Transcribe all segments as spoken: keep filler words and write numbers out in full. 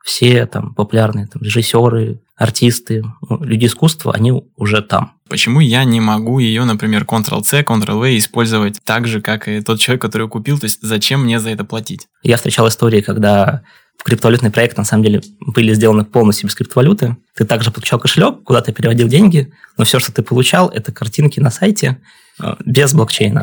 все там популярные там, режиссеры, артисты, ну, люди искусства, они уже там. Почему я не могу ее, например, контрол-C, контрол-V использовать так же, как и тот человек, который купил? То есть зачем мне за это платить? Я встречал истории, когда криптовалютный проект на самом деле были сделаны полностью без криптовалюты. Ты также подключал кошелек, куда ты переводил деньги, но все, что ты получал, это картинки на сайте без блокчейна.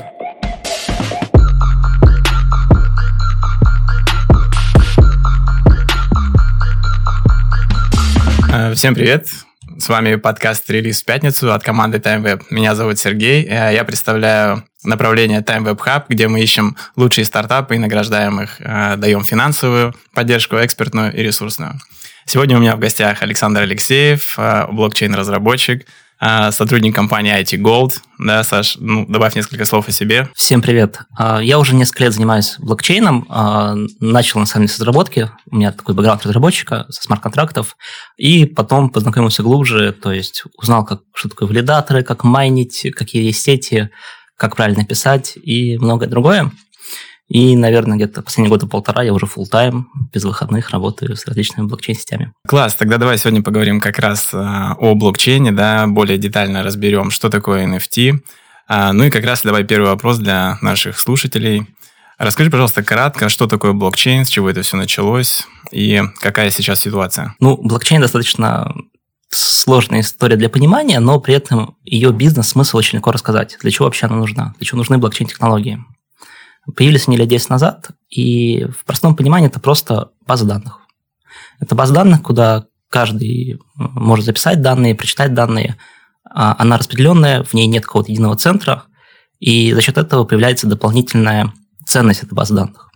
Всем привет! С вами подкаст «Релиз в пятницу» от команды TimeWeb. Меня зовут Сергей. Я представляю направление TimeWeb Hub, где мы ищем лучшие стартапы и награждаем их, даем финансовую поддержку, экспертную и ресурсную. Сегодня у меня в гостях Александр Алексеев, блокчейн-разработчик, сотрудник компании ай ти Gold. Да, Саш, ну, добавь несколько слов о себе. Всем привет. Я уже несколько лет занимаюсь блокчейном. Начал, на самом деле, с разработки. У меня такой бэкграунд разработчика со смарт-контрактов. И потом познакомился глубже, то есть узнал, как, что такое валидаторы, как майнить, какие есть сети, как правильно писать и многое другое. И, наверное, где-то последние года полтора я уже фулл-тайм, без выходных работаю с различными блокчейн-сетями. Класс, тогда давай сегодня поговорим как раз о блокчейне, да, более детально разберем, что такое эн эф ти. Ну и как раз давай первый вопрос для наших слушателей. Расскажи, пожалуйста, кратко, что такое блокчейн, с чего это все началось и какая сейчас ситуация? Ну, блокчейн достаточно сложная история для понимания, но при этом ее бизнес-смысл очень легко рассказать. Для чего вообще она нужна? Для чего нужны блокчейн-технологии? Появились они лет десять назад, и в простом понимании это просто база данных. Это база данных, куда каждый может записать данные, прочитать данные. Она распределенная, в ней нет какого-то единого центра, и за счет этого появляется дополнительная ценность этой базы данных.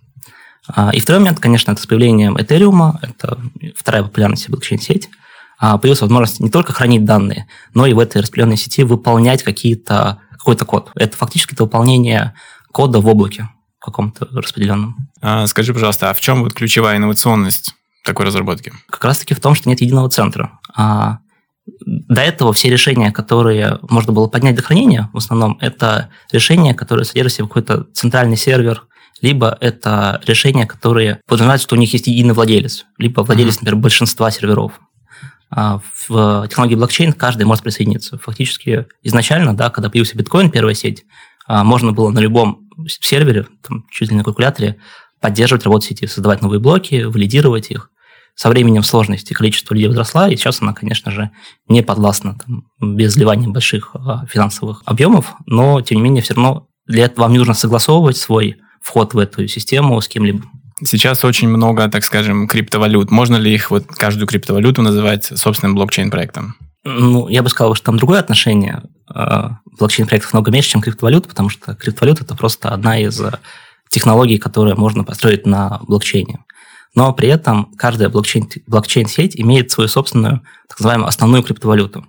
И второй момент, конечно, это с появлением Ethereum, это вторая популярность блокчейн-сеть, появилась возможность не только хранить данные, но и в этой распределенной сети выполнять какие-то, какой-то код. Это фактически это выполнение кода в облаке каком-то распределенном. А, скажи, пожалуйста, а в чем вот ключевая инновационность такой разработки? Как раз-таки в том, что нет единого центра. А до этого все решения, которые можно было поднять до хранения, в основном, это решения, которые содержат в себе какой-то центральный сервер, либо это решения, которые подразумевают, что у них есть единый владелец, либо владелец, mm-hmm. например, большинства серверов. А в технологии блокчейн каждый может присоединиться. Фактически изначально, да, когда появился биткоин, первая сеть, можно было на любом сервере, там, чуть ли на калькуляторе, поддерживать работу сети, создавать новые блоки, валидировать их. Со временем сложность и количество людей возросла, и сейчас она, конечно же, не подвластна там, без вливания больших а, финансовых объемов, но, тем не менее, все равно для этого вам не нужно согласовывать свой вход в эту систему с кем-либо. Сейчас очень много, так скажем, криптовалют. Можно ли их, вот каждую криптовалюту называть собственным блокчейн-проектом? Ну, я бы сказал, что там другое отношение. Блокчейн-проектов много меньше, чем криптовалют, потому что криптовалюта – это просто одна из технологий, которые можно построить на блокчейне. Но при этом каждая блокчейн, блокчейн-сеть имеет свою собственную, так называемую, основную криптовалюту.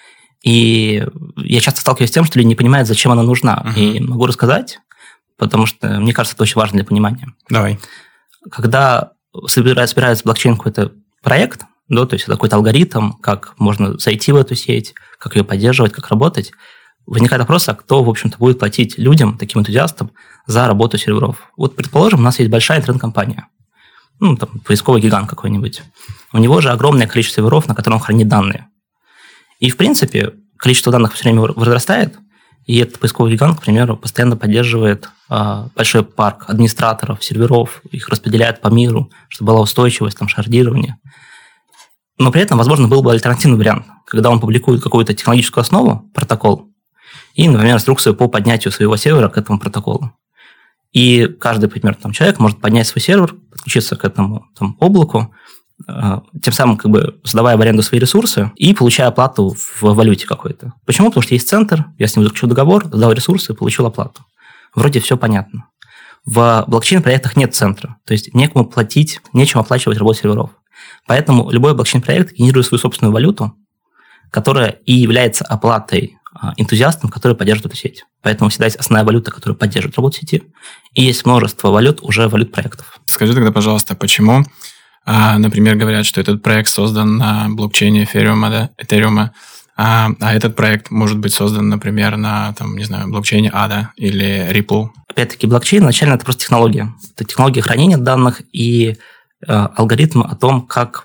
И я часто сталкиваюсь с тем, что люди не понимают, зачем она нужна. Uh-huh. И могу рассказать, потому что, мне кажется, это очень важно для понимания. Давай. Когда собирается, собирается блокчейн какой-то проект, да, то есть это какой-то алгоритм, как можно зайти в эту сеть, как ее поддерживать, как работать, возникает вопрос, а кто, в общем-то, будет платить людям, таким энтузиастам, за работу серверов. Вот, предположим, у нас есть большая интернет-компания, ну, там, поисковый гигант какой-нибудь. У него же огромное количество серверов, на котором он хранит данные. И, в принципе, количество данных все время возрастает, и этот поисковый гигант, к примеру, постоянно поддерживает а, большой парк администраторов, серверов, их распределяет по миру, чтобы была устойчивость, там, шардирование. Но при этом, возможно, был бы альтернативный вариант, когда он публикует какую-то технологическую основу, протокол, и, например, инструкцию по поднятию своего сервера к этому протоколу. И каждый, например, там, человек может поднять свой сервер, подключиться к этому там, облаку, тем самым как бы сдавая в аренду свои ресурсы и получая оплату в валюте какой-то. Почему? Потому что есть центр, я с ним заключил договор, сдал ресурсы и получил оплату. Вроде все понятно. В блокчейн-проектах нет центра, то есть некому платить, нечем оплачивать работу серверов. Поэтому любой блокчейн-проект генерирует свою собственную валюту, которая и является оплатой энтузиастам, которые поддерживают эту сеть. Поэтому всегда есть основная валюта, которая поддерживает работу сети, и есть множество валют, уже валют проектов. Скажи тогда, пожалуйста, почему, например, говорят, что этот проект создан на блокчейне Ethereum, да, Ethereum, а, а этот проект может быть создан, например, на, там, не знаю, блокчейне эй ди эй или Ripple? Опять-таки, блокчейн изначально это просто технология. Это технология хранения данных и алгоритм о том, как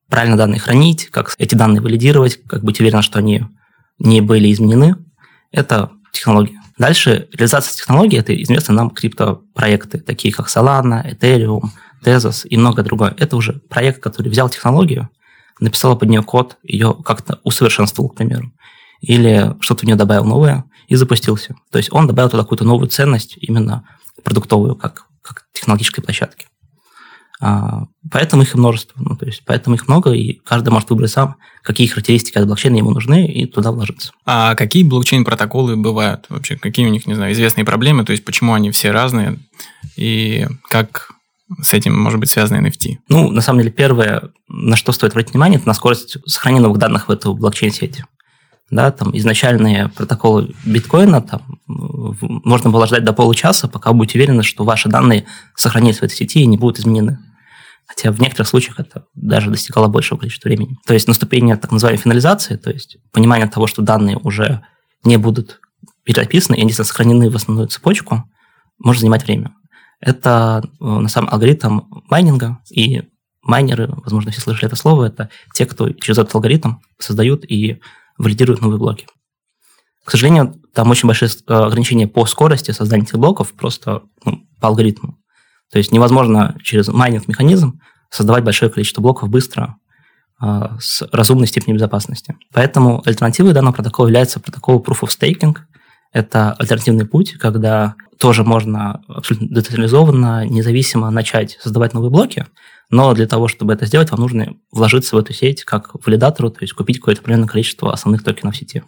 правильно данные хранить, как эти данные валидировать, как быть уверенным, что они не были изменены. Это технология. Дальше реализация технологий – это известные нам криптопроекты, такие как Solana, Ethereum, Tezos и многое другое. Это уже проект, который взял технологию, написал под нее код, ее как-то усовершенствовал, к примеру, или что-то в нее добавил новое и запустился. То есть он добавил туда какую-то новую ценность, именно продуктовую, как, как технологической площадки. А, поэтому их и множество. Ну, то есть поэтому их много, и каждый может выбрать сам, какие характеристики от блокчейна ему нужны, и туда вложиться. А какие блокчейн-протоколы бывают вообще? Какие у них, не знаю, известные проблемы? То есть почему они все разные? И как с этим может быть связано эн эф ти? Ну, на самом деле, первое, на что стоит обратить внимание, это на скорость сохранения новых данных в эту блокчейн-сети. Да, там изначальные протоколы биткоина, там, можно было ждать до получаса, пока вы будете уверены, что ваши данные сохранятся в этой сети и не будут изменены. Хотя в некоторых случаях это даже достигало большего количества времени. То есть наступление так называемой финализации, то есть понимание того, что данные уже не будут переписаны, и они сохранены в основную цепочку, может занимать время. Это на самом алгоритм майнинга, и майнеры, возможно, все слышали это слово, это те, кто через этот алгоритм создают и валидируют новые блоки. К сожалению, там очень большие ограничения по скорости создания этих блоков, просто ну, по алгоритму. То есть невозможно через майнинг-механизм создавать большое количество блоков быстро э, с разумной степенью безопасности. Поэтому альтернативой данного протокола является протокол Proof of Staking. Это альтернативный путь, когда тоже можно абсолютно децентрализованно, независимо начать создавать новые блоки, но для того, чтобы это сделать, вам нужно вложиться в эту сеть как валидатору, то есть купить какое-то определенное количество основных токенов в сети.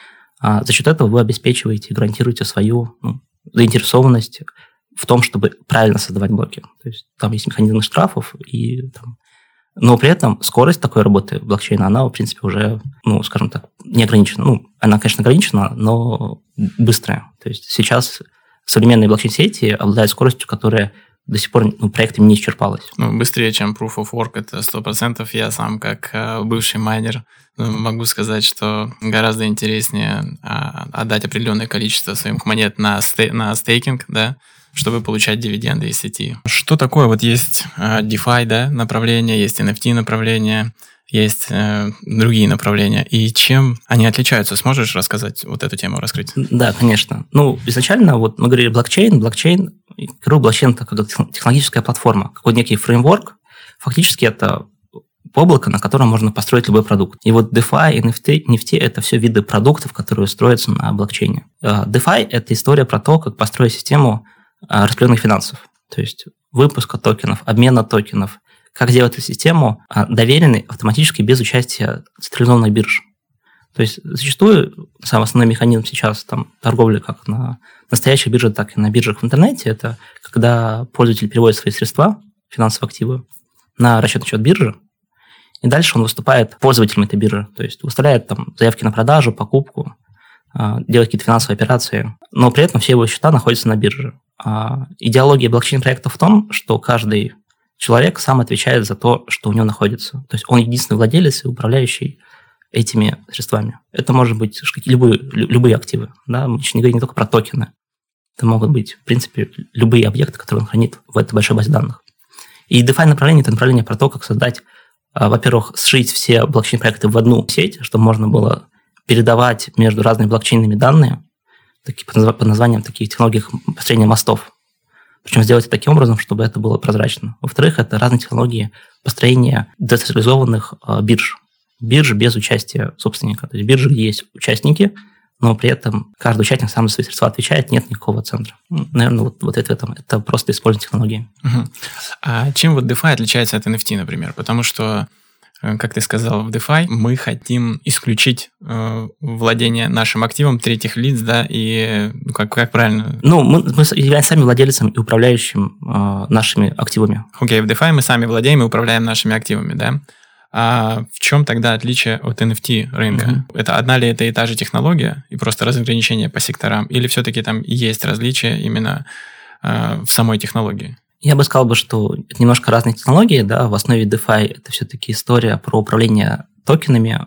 А за счет этого вы обеспечиваете и гарантируете свою ну, заинтересованность в том, чтобы правильно создавать блоки. То есть там есть механизмы штрафов, и, там... но при этом скорость такой работы блокчейна, она, в принципе, уже, ну, скажем так, не ограничена. Ну, она, конечно, ограничена, но быстрая. То есть сейчас современные блокчейн-сети обладают скоростью, которая до сих пор ну, проектами не исчерпалась. Ну, быстрее, чем Proof of Work, это сто процентов. Я сам, как э, бывший майнер, могу сказать, что гораздо интереснее э, отдать определенное количество своих монет на, стей- на стейкинг, да, чтобы получать дивиденды из сети. Что такое? Вот есть э, DeFi, да, направление, есть эн эф ти направление, есть э, другие направления. И чем они отличаются? Сможешь рассказать вот эту тему, раскрыть? Да, конечно. Ну, изначально вот мы говорили блокчейн. Блокчейн, блокчейн – это как технологическая платформа, какой-то некий фреймворк. Фактически это облако, на котором можно построить любой продукт. И вот DeFi, эн эф ти, эн эф ти – это все виды продуктов, которые строятся на блокчейне. DeFi – это история про то, как построить систему распределенных финансов. То есть выпуска токенов, обмена токенов, как сделать эту систему доверенной, автоматически, без участия централизованных бирж. То есть зачастую самый основной механизм сейчас там, торговли как на настоящих биржах, так и на биржах в интернете, это когда пользователь переводит свои средства, финансовые активы, на расчетный счет биржи, и дальше он выступает пользователем этой биржи, то есть выставляет там заявки на продажу, покупку, делает какие-то финансовые операции, но при этом все его счета находятся на бирже. Идеология блокчейн-проекта в том, что каждый человек сам отвечает за то, что у него находится. То есть он единственный владелец и управляющий этими средствами. Это может быть любые, любые активы. Да? Мы еще не говорим не только про токены. Это могут быть, в принципе, любые объекты, которые он хранит в этой большой базе данных. И DeFi направление – это направление про то, как создать, во-первых, сшить все блокчейн-проекты в одну сеть, чтобы можно было передавать между разными блокчейнами данные, такие, под названием таких технологий построения мостов. Причем сделать это таким образом, чтобы это было прозрачно. Во-вторых, это разные технологии построения децентрализованных э, бирж. Биржи без участия собственника. То есть биржи, где есть участники, но при этом каждый участник сам за свои средства отвечает, нет никакого центра. Наверное, вот, вот это в этом. Это просто использование технологии. Угу. А чем вот DeFi отличается от эн эф ти, например? Потому что, как ты сказал, в DeFi мы хотим исключить э, владение нашим активом третьих лиц, да, и ну, как, как правильно? Ну, мы, мы являемся сами владельцем и управляющим э, нашими активами. Окей, okay, в DeFi мы сами владеем и управляем нашими активами, да? А в чем тогда отличие от эн эф ти рынка? Mm-hmm. Это одна ли это и та же технология и просто разграничение по секторам? Или все-таки там есть различия именно э, в самой технологии? Я бы сказал, что это немножко разные технологии. Да? В основе DeFi это все-таки история про управление токенами,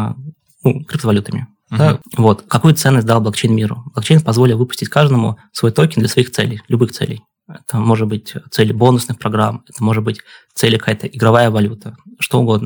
ну, криптовалютами. Uh-huh. Да? Вот. Какую ценность дал блокчейн миру? Блокчейн позволил выпустить каждому свой токен для своих целей, любых целей. Это может быть цели бонусных программ, это может быть цели какая-то игровая валюта, что угодно.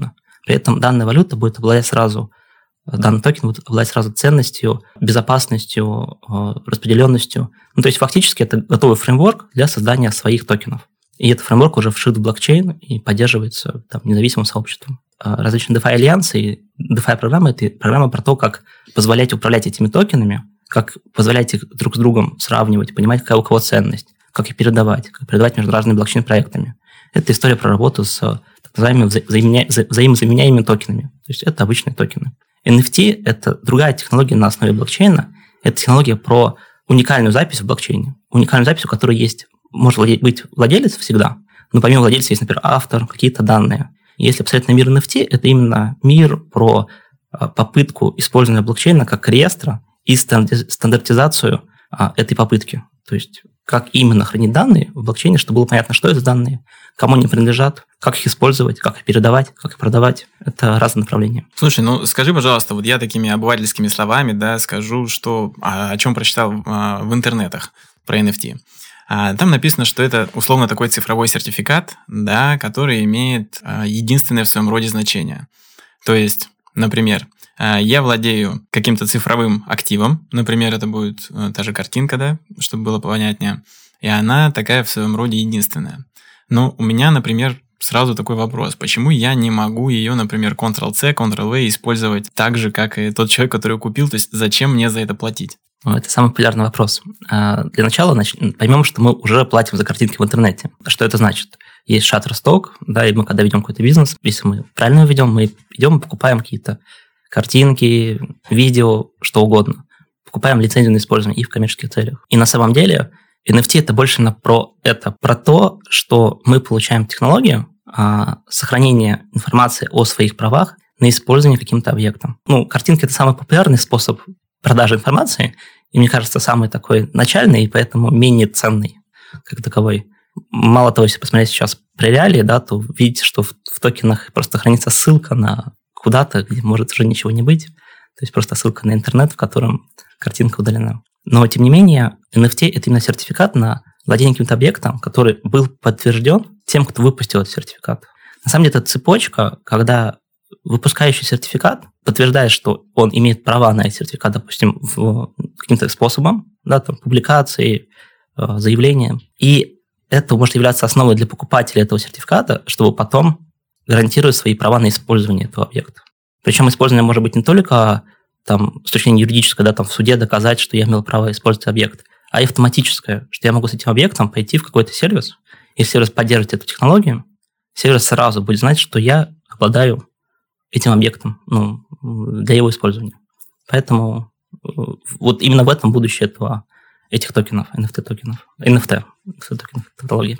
При этом данная валюта будет обладать сразу, данный токен будет обладать сразу ценностью, безопасностью, распределенностью. Ну, то есть фактически это готовый фреймворк для создания своих токенов. И этот фреймворк уже вшит в блокчейн и поддерживается там, независимым сообществом. Различные DeFi-альянсы и DeFi-программы – это программа про то, как позволять управлять этими токенами, как позволять их друг с другом сравнивать, понимать, какая у кого ценность, как их передавать, как передавать между разными блокчейн-проектами. Это история про работу с так называемыми вза- взаимня... взаимозаменяемыми токенами. То есть это обычные токены. эн эф ти – это другая технология на основе блокчейна. Это технология про уникальную запись в блокчейне. Уникальную запись, у которой есть, может владе- быть владелец всегда, но помимо владельца есть, например, автор, какие-то данные. Если посмотреть на мир эн эф ти, это именно мир про попытку использования блокчейна как реестра и стандартизацию а, этой попытки. То есть как именно хранить данные в блокчейне, чтобы было понятно, что это за данные, кому они принадлежат, как их использовать, как их передавать, как их продавать. Это разные направления. Слушай, ну скажи, пожалуйста, вот я такими обывательскими словами, да, скажу, что о, о чем прочитал а, в интернетах про эн эф ти. А, там написано, что это условно такой цифровой сертификат, да, который имеет а, единственное в своем роде значение. То есть, например, я владею каким-то цифровым активом, например, это будет та же картинка, да, чтобы было понятнее, и она такая в своем роде единственная. Но у меня, например, сразу такой вопрос, почему я не могу ее, например, контрол-C, контрол-V использовать так же, как и тот человек, который купил, то есть зачем мне за это платить? Это самый популярный вопрос. Для начала поймем, что мы уже платим за картинки в интернете. Что это значит? Есть Shutterstock, да, и мы когда ведем какой-то бизнес, если мы правильно его ведем, мы идем и покупаем какие-то картинки, видео, что угодно. Покупаем лицензию на использование и в коммерческих целях. И на самом деле эн эф ти – это больше на про это, про то, что мы получаем технологию а, сохранения информации о своих правах на использование каким-то объектом. Ну, картинки – это самый популярный способ продажи информации, и, мне кажется, самый такой начальный, и поэтому менее ценный как таковой. Мало того, если посмотреть сейчас про реалии, да, то видите, что в, в токенах просто хранится ссылка на куда-то, где может уже ничего не быть. То есть просто ссылка на интернет, в котором картинка удалена. Но, тем не менее, эн эф ти – это именно сертификат на владение каким-то объектом, который был подтвержден тем, кто выпустил этот сертификат. На самом деле, это цепочка, когда выпускающий сертификат подтверждает, что он имеет права на этот сертификат, допустим, в, каким-то способом, да, там, публикации, заявления. И это может являться основой для покупателя этого сертификата, чтобы потом гарантирует свои права на использование этого объекта. Причем использование может быть не только там, с точки зрения юридической, да, там, в суде доказать, что я имел право использовать объект, а и автоматическое, что я могу с этим объектом пойти в какой-то сервис, и сервис поддержит эту технологию, сервис сразу будет знать, что я обладаю этим объектом, ну, для его использования. Поэтому вот именно в этом будущее этого, этих токенов, эн эф ти-токенов. эн эф ти, эн эф ти-токенов, технологии.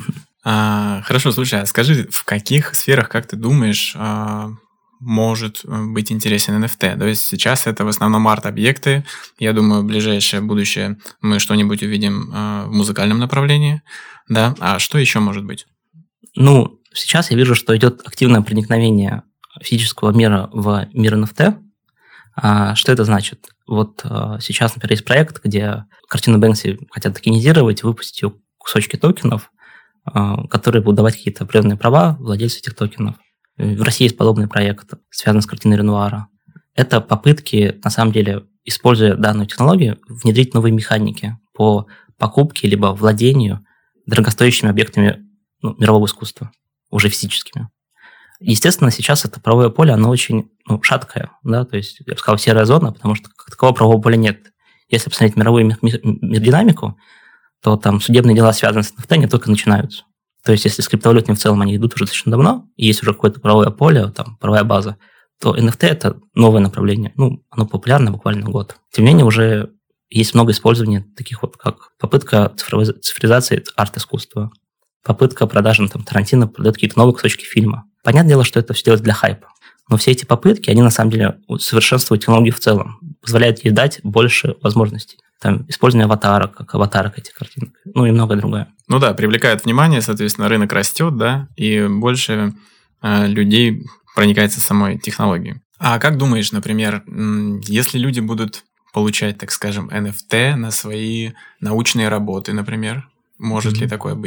А, хорошо, слушай, а скажи, в каких сферах, как ты думаешь, а, может быть интересен эн эф ти? То есть сейчас это в основном арт-объекты. Я думаю, в ближайшее будущее мы что-нибудь увидим а, в музыкальном направлении. Да? А что еще может быть? Ну, сейчас я вижу, что идет активное проникновение физического мира в мир эн эф ти. А, что это значит? Вот а, сейчас, например, есть проект, где картину Бэнкси хотят токенизировать, выпустить ее кусочки токенов, которые будут давать какие-то определенные права владельцу этих токенов. В России есть подобный проект, связанный с картиной Ренуара. Это попытки, на самом деле, используя данную технологию, внедрить новые механики по покупке либо владению дорогостоящими объектами ну, мирового искусства, уже физическими. Естественно, сейчас это правовое поле, оно очень ну, шаткое, да, то есть, я бы сказал, серая зона, потому что как такового правового поля нет. Если посмотреть мировую динамику, то там судебные дела, связанные с эн эф ти, не только начинаются. То есть, если с криптовалютами в целом они идут уже достаточно давно, и есть уже какое-то правовое поле, там, правовая база, то эн эф ти – это новое направление. Ну, оно популярно буквально год. Тем не менее, уже есть много использований таких вот, как попытка цифровой, цифровизации арт-искусства, попытка продажи, там, Тарантино продает какие-то новые кусочки фильма. Понятное дело, что это все делается для хайпа. Но все эти попытки, они на самом деле совершенствуют технологию в целом, позволяют ей дать больше возможностей. Там, использование аватарок, как аватарок этих картинок, ну и многое другое. Ну да, привлекает внимание, соответственно, рынок растет, да, и больше э, людей проникается самой технологией. А как думаешь, например, если люди будут получать, так скажем, эн эф ти на свои научные работы, например, может mm-hmm. ли такое быть?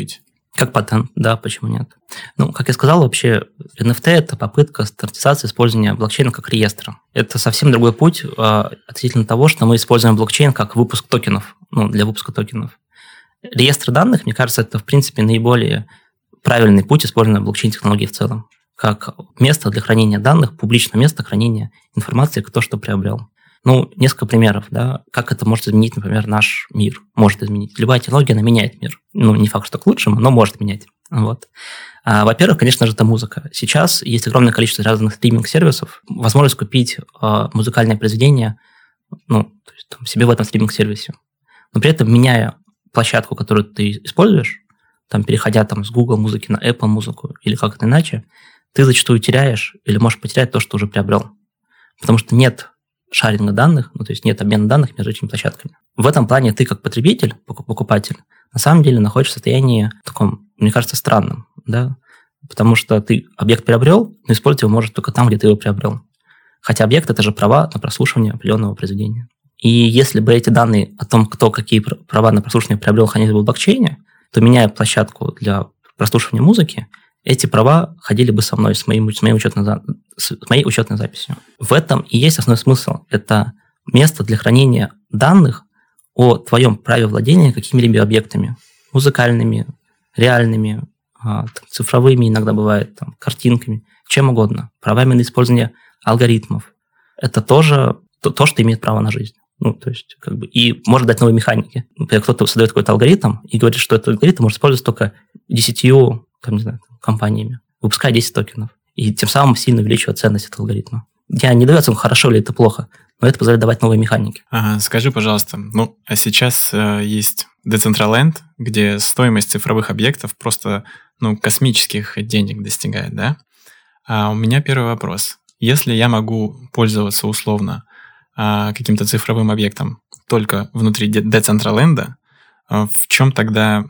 Как патент, да, почему нет? Ну, как я сказал, вообще эн эф ти – это попытка стандартизации использования блокчейна как реестра. Это совсем другой путь э, относительно того, что мы используем блокчейн как выпуск токенов, ну, для выпуска токенов. Реестр данных, мне кажется, это, в принципе, наиболее правильный путь использования блокчейн-технологий в целом, как место для хранения данных, публичное место хранения информации, кто что приобрел. Ну, несколько примеров, да, как это может изменить, например, наш мир, может изменить. Любая технология, она меняет мир. Ну, не факт, что к лучшему, но может менять. Вот. А, во-первых, конечно же, это музыка. Сейчас есть огромное количество разных стриминг-сервисов, возможность купить а, музыкальное произведение, ну, то есть, там, себе в этом стриминг-сервисе. Но при этом, меняя площадку, которую ты используешь, там, переходя там, с Google музыки на Apple музыку или как-то иначе, ты зачастую теряешь или можешь потерять то, что уже приобрел. Потому что нет шаринга данных, ну, то есть нет обмена данных между этими площадками. В этом плане ты как потребитель, покупатель, на самом деле находишься в состоянии таком, мне кажется, странном, да, потому что ты объект приобрел, но использовать его может только там, где ты его приобрел. Хотя объект – это же права на прослушивание определенного произведения. И если бы эти данные о том, кто какие права на прослушивание приобрел, хранились бы в блокчейне, то, меняя площадку для прослушивания музыки, эти права ходили бы со мной, с, моим, с, моей учетной, с моей учетной записью. В этом и есть основной смысл. Это место для хранения данных о твоем праве владения какими-либо объектами. Музыкальными, реальными, цифровыми, иногда бывает, там, картинками, чем угодно. Правами на использование алгоритмов. Это тоже то, то, что имеет право на жизнь. Ну, то есть, как бы, и может дать новые механики. Например, кто-то создает какой-то алгоритм и говорит, что этот алгоритм может использоваться только десятью, там, не знаю, компаниями, выпуская десять токенов. И тем самым сильно увеличивает ценность этого алгоритма. Я не даю оценку, хорошо ли это плохо, но это позволяет давать новые механики. Ага, скажи, пожалуйста, ну, а сейчас э, есть Decentraland, где стоимость цифровых объектов просто, ну, космических денег достигает, да? А у меня первый вопрос. Если я могу пользоваться условно э, каким-то цифровым объектом только внутри Decentraland, э, в чем тогда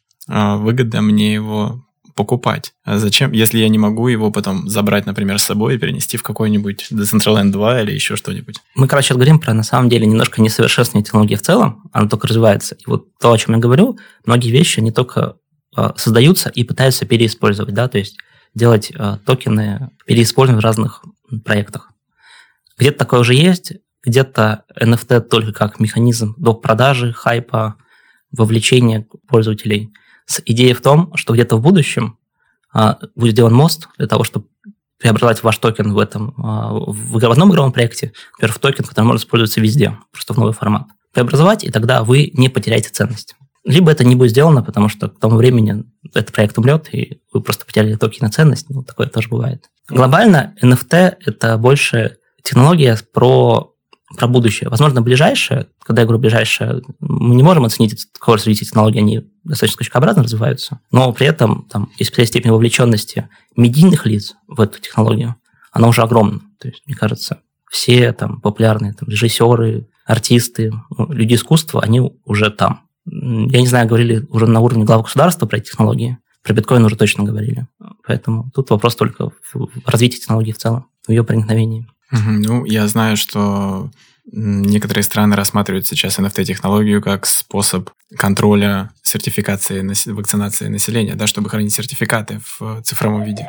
э, выгода мне его покупать? А зачем, если я не могу его потом забрать, например, с собой и перенести в какой-нибудь Decentraland два или еще что-нибудь? Мы, короче, сейчас говорим про, на самом деле, немножко несовершенственные технологии в целом, она только развивается. И вот то, о чем я говорю, многие вещи, они только э, создаются и пытаются переиспользовать, да, то есть делать э, токены, переиспользовать в разных проектах. Где-то такое уже есть, где-то эн эф ти только как механизм доп. Продажи, хайпа, вовлечения пользователей. С идеей в том, что где-то в будущем а, будет сделан мост для того, чтобы преобразовать ваш токен в этом а, в, в одном игровом проекте, например, в токен, который может использоваться везде, просто в новый формат. Преобразовать, и тогда вы не потеряете ценность. Либо это не будет сделано, потому что к тому времени этот проект умрет, и вы просто потеряли токены ценность. Ну, такое тоже бывает. Глобально эн эф ти – это больше технология про... про будущее. Возможно, ближайшее, когда я говорю ближайшее, мы не можем оценить какое развитие технологий, они достаточно скачкообразно развиваются, но при этом там есть степень вовлеченности медийных лиц в эту технологию, она уже огромна. То есть, мне кажется, все там популярные там, режиссеры, артисты, ну, люди искусства, они уже там. Я не знаю, говорили уже на уровне глав государства про эти технологии, про биткоин уже точно говорили. Поэтому тут вопрос только в развитии технологии в целом, в ее проникновении. Ну, я знаю, что некоторые страны рассматривают сейчас эн эф ти-технологию как способ контроля сертификации, вакцинации населения, да, чтобы хранить сертификаты в цифровом виде.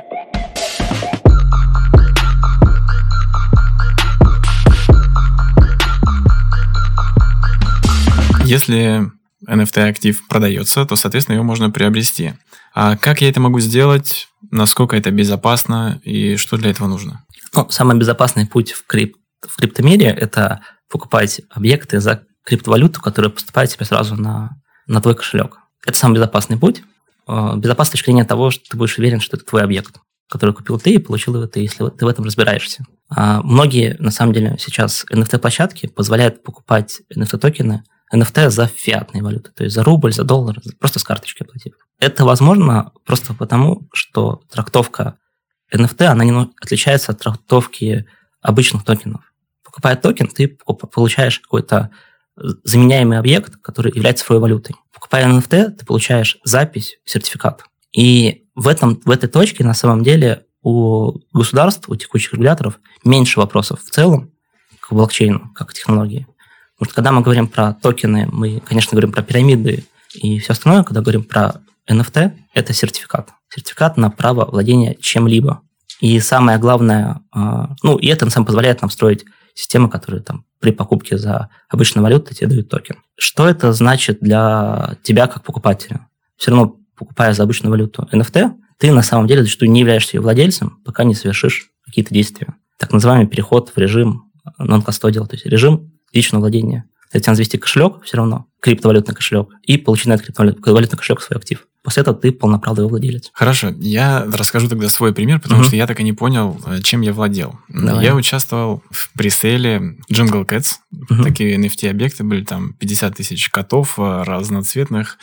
Если эн эф ти-актив продается, то, соответственно, его можно приобрести. А как я это могу сделать? Насколько это безопасно? И что для этого нужно? Ну, самый безопасный путь в, крип... в криптомире – это покупать объекты за криптовалюту, которая поступает тебе сразу на, на твой кошелек. Это самый безопасный путь. Безопасность с точки зрения того, что ты будешь уверен, что это твой объект, который купил ты и получил его ты, если ты в этом разбираешься. А многие, на самом деле, сейчас эн эф ти-площадки позволяют покупать эн эф ти-токены, эн эф ти за фиатные валюты, то есть за рубль, за доллар, просто с карточки оплатив. Это возможно просто потому, что трактовка эн эф ти, она не отличается от трактовки обычных токенов. Покупая токен, ты получаешь какой-то заменяемый объект, который является цифровой валютой. Покупая эн эф ти, ты получаешь запись, сертификат. И в, этом, в этой точке, на самом деле, у государств, у текущих регуляторов меньше вопросов в целом к блокчейну, как к технологии. Потому что когда мы говорим про токены, мы, конечно, говорим про пирамиды и все остальное. Когда говорим про эн эф ти – это сертификат. Сертификат на право владения чем-либо. И самое главное, ну, и это на самом деле позволяет нам строить системы, которые там при покупке за обычную валюту тебе дают токен. Что это значит для тебя как покупателя? Все равно, покупая за обычную валюту эн эф ти, ты на самом деле зачастую не являешься ее владельцем, пока не совершишь какие-то действия. Так называемый переход в режим non-custodial, то есть режим личного владения. То есть тебе надо завести кошелек все равно, криптовалютный кошелек, и получить на этот криптовалютный кошелек свой актив. После этого ты полноправный его владелец. Хорошо, я расскажу тогда свой пример, потому угу. что я так и не понял, чем я владел. Давай. Я участвовал в пресейле Jungle Cats. Угу. Такие эн эф ти-объекты были, там пятьдесят тысяч котов разноцветных.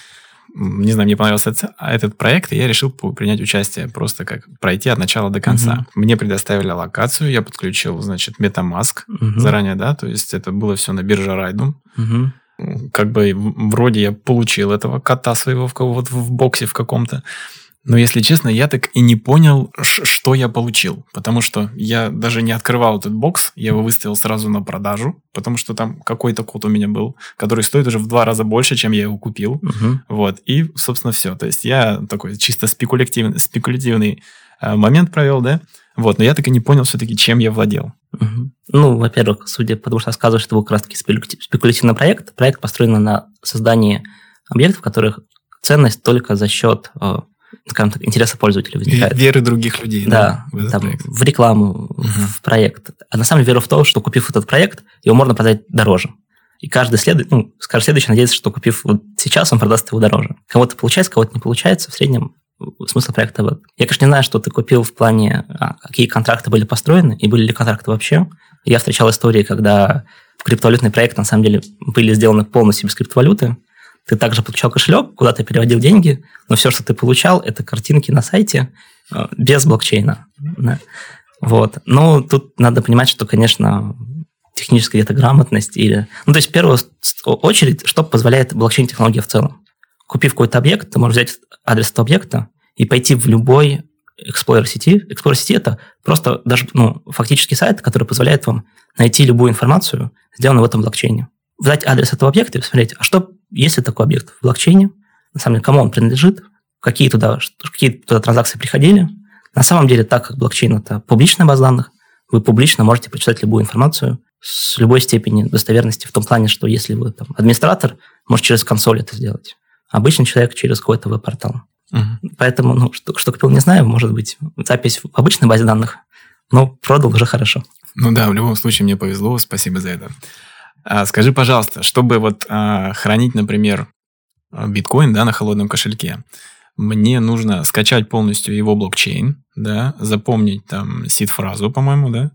Не знаю, мне понравился этот проект, и я решил принять участие, просто как пройти от начала до конца. Uh-huh. Мне предоставили локацию, я подключил, значит, MetaMask uh-huh. заранее, да, то есть это было все на бирже Rydom. Uh-huh. Как бы вроде я получил этого кота своего в, вот в боксе в каком-то. Но, если честно, я так и не понял, что я получил. Потому что я даже не открывал этот бокс, я его выставил сразу на продажу, потому что там какой-то код у меня был, который стоит уже в два раза больше, чем я его купил. Угу. Вот. И, собственно, все. То есть я такой чисто спекулятивный, спекулятивный э, момент провел, да? Вот. Но я так и не понял все-таки, чем я владел. Угу. Ну, во-первых, судя по тому, что рассказываешь, это был как раз-таки спекулятивный проект. Проект построен на создании объектов, в которых ценность только за счет... скажем так, интереса пользователя возникает. Веры других людей. Да, да в, там, в рекламу, угу. в проект. А на самом деле веру в то, что купив этот проект, его можно продать дороже. И каждый следует, ну, каждый следующий надеется, что купив вот сейчас, он продаст его дороже. Кого-то получается, кого-то не получается. В среднем смысл проекта вот. Я, конечно, не знаю, что ты купил в плане, а, какие контракты были построены, и были ли контракты вообще. Я встречал истории, когда в криптовалютный проект, на самом деле, были сделаны полностью без криптовалюты. Ты также подключал кошелек, куда ты переводил деньги, но все, что ты получал, это картинки на сайте без блокчейна. Да. Вот. Но тут надо понимать, что, конечно, техническая где-то грамотность или... Ну, то есть, в первую очередь, что позволяет блокчейн-технология в целом? Купив какой-то объект, ты можешь взять адрес этого объекта и пойти в любой Explorer сети. Explorer сети – это просто даже ну, фактически сайт, который позволяет вам найти любую информацию, сделанную в этом блокчейне. Взять адрес этого объекта и посмотреть, а что, если такой объект в блокчейне, на самом деле, кому он принадлежит, какие туда, какие туда транзакции приходили. На самом деле, так как блокчейн – это публичная база данных, вы публично можете прочитать любую информацию с любой степени достоверности в том плане, что если вы там, администратор, можете через консоль это сделать. Обычный человек через какой-то веб-портал. Uh-huh. Поэтому, ну, что, что купил, не знаю, может быть, запись в обычной базе данных, но продал уже хорошо. Ну да, в любом случае мне повезло, спасибо за это. А, скажи, пожалуйста, чтобы вот а, хранить, например, биткоин, да, на холодном кошельке, мне нужно скачать полностью его блокчейн, да, запомнить там сид-фразу, по-моему, да,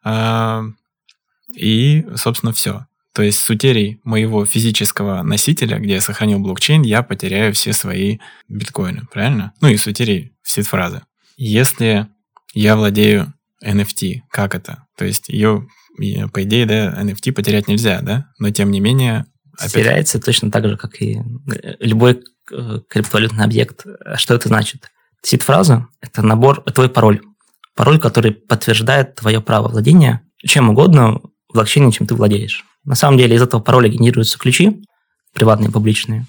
а, и, собственно, все. То есть с утерей моего физического носителя, где я сохранил блокчейн, я потеряю все свои биткоины, правильно? Ну и с утерей сид-фразы. Если я владею эн эф ти, как это? То есть ее, по идее, да, эн эф ти потерять нельзя, да? Но тем не менее... Опять... Теряется точно так же, как и любой криптовалютный объект. Что это значит? Сид-фраза – это набор, это твой пароль. Пароль, который подтверждает твое право владения чем угодно в блокчейне, чем ты владеешь. На самом деле из этого пароля генерируются ключи, приватные и публичные.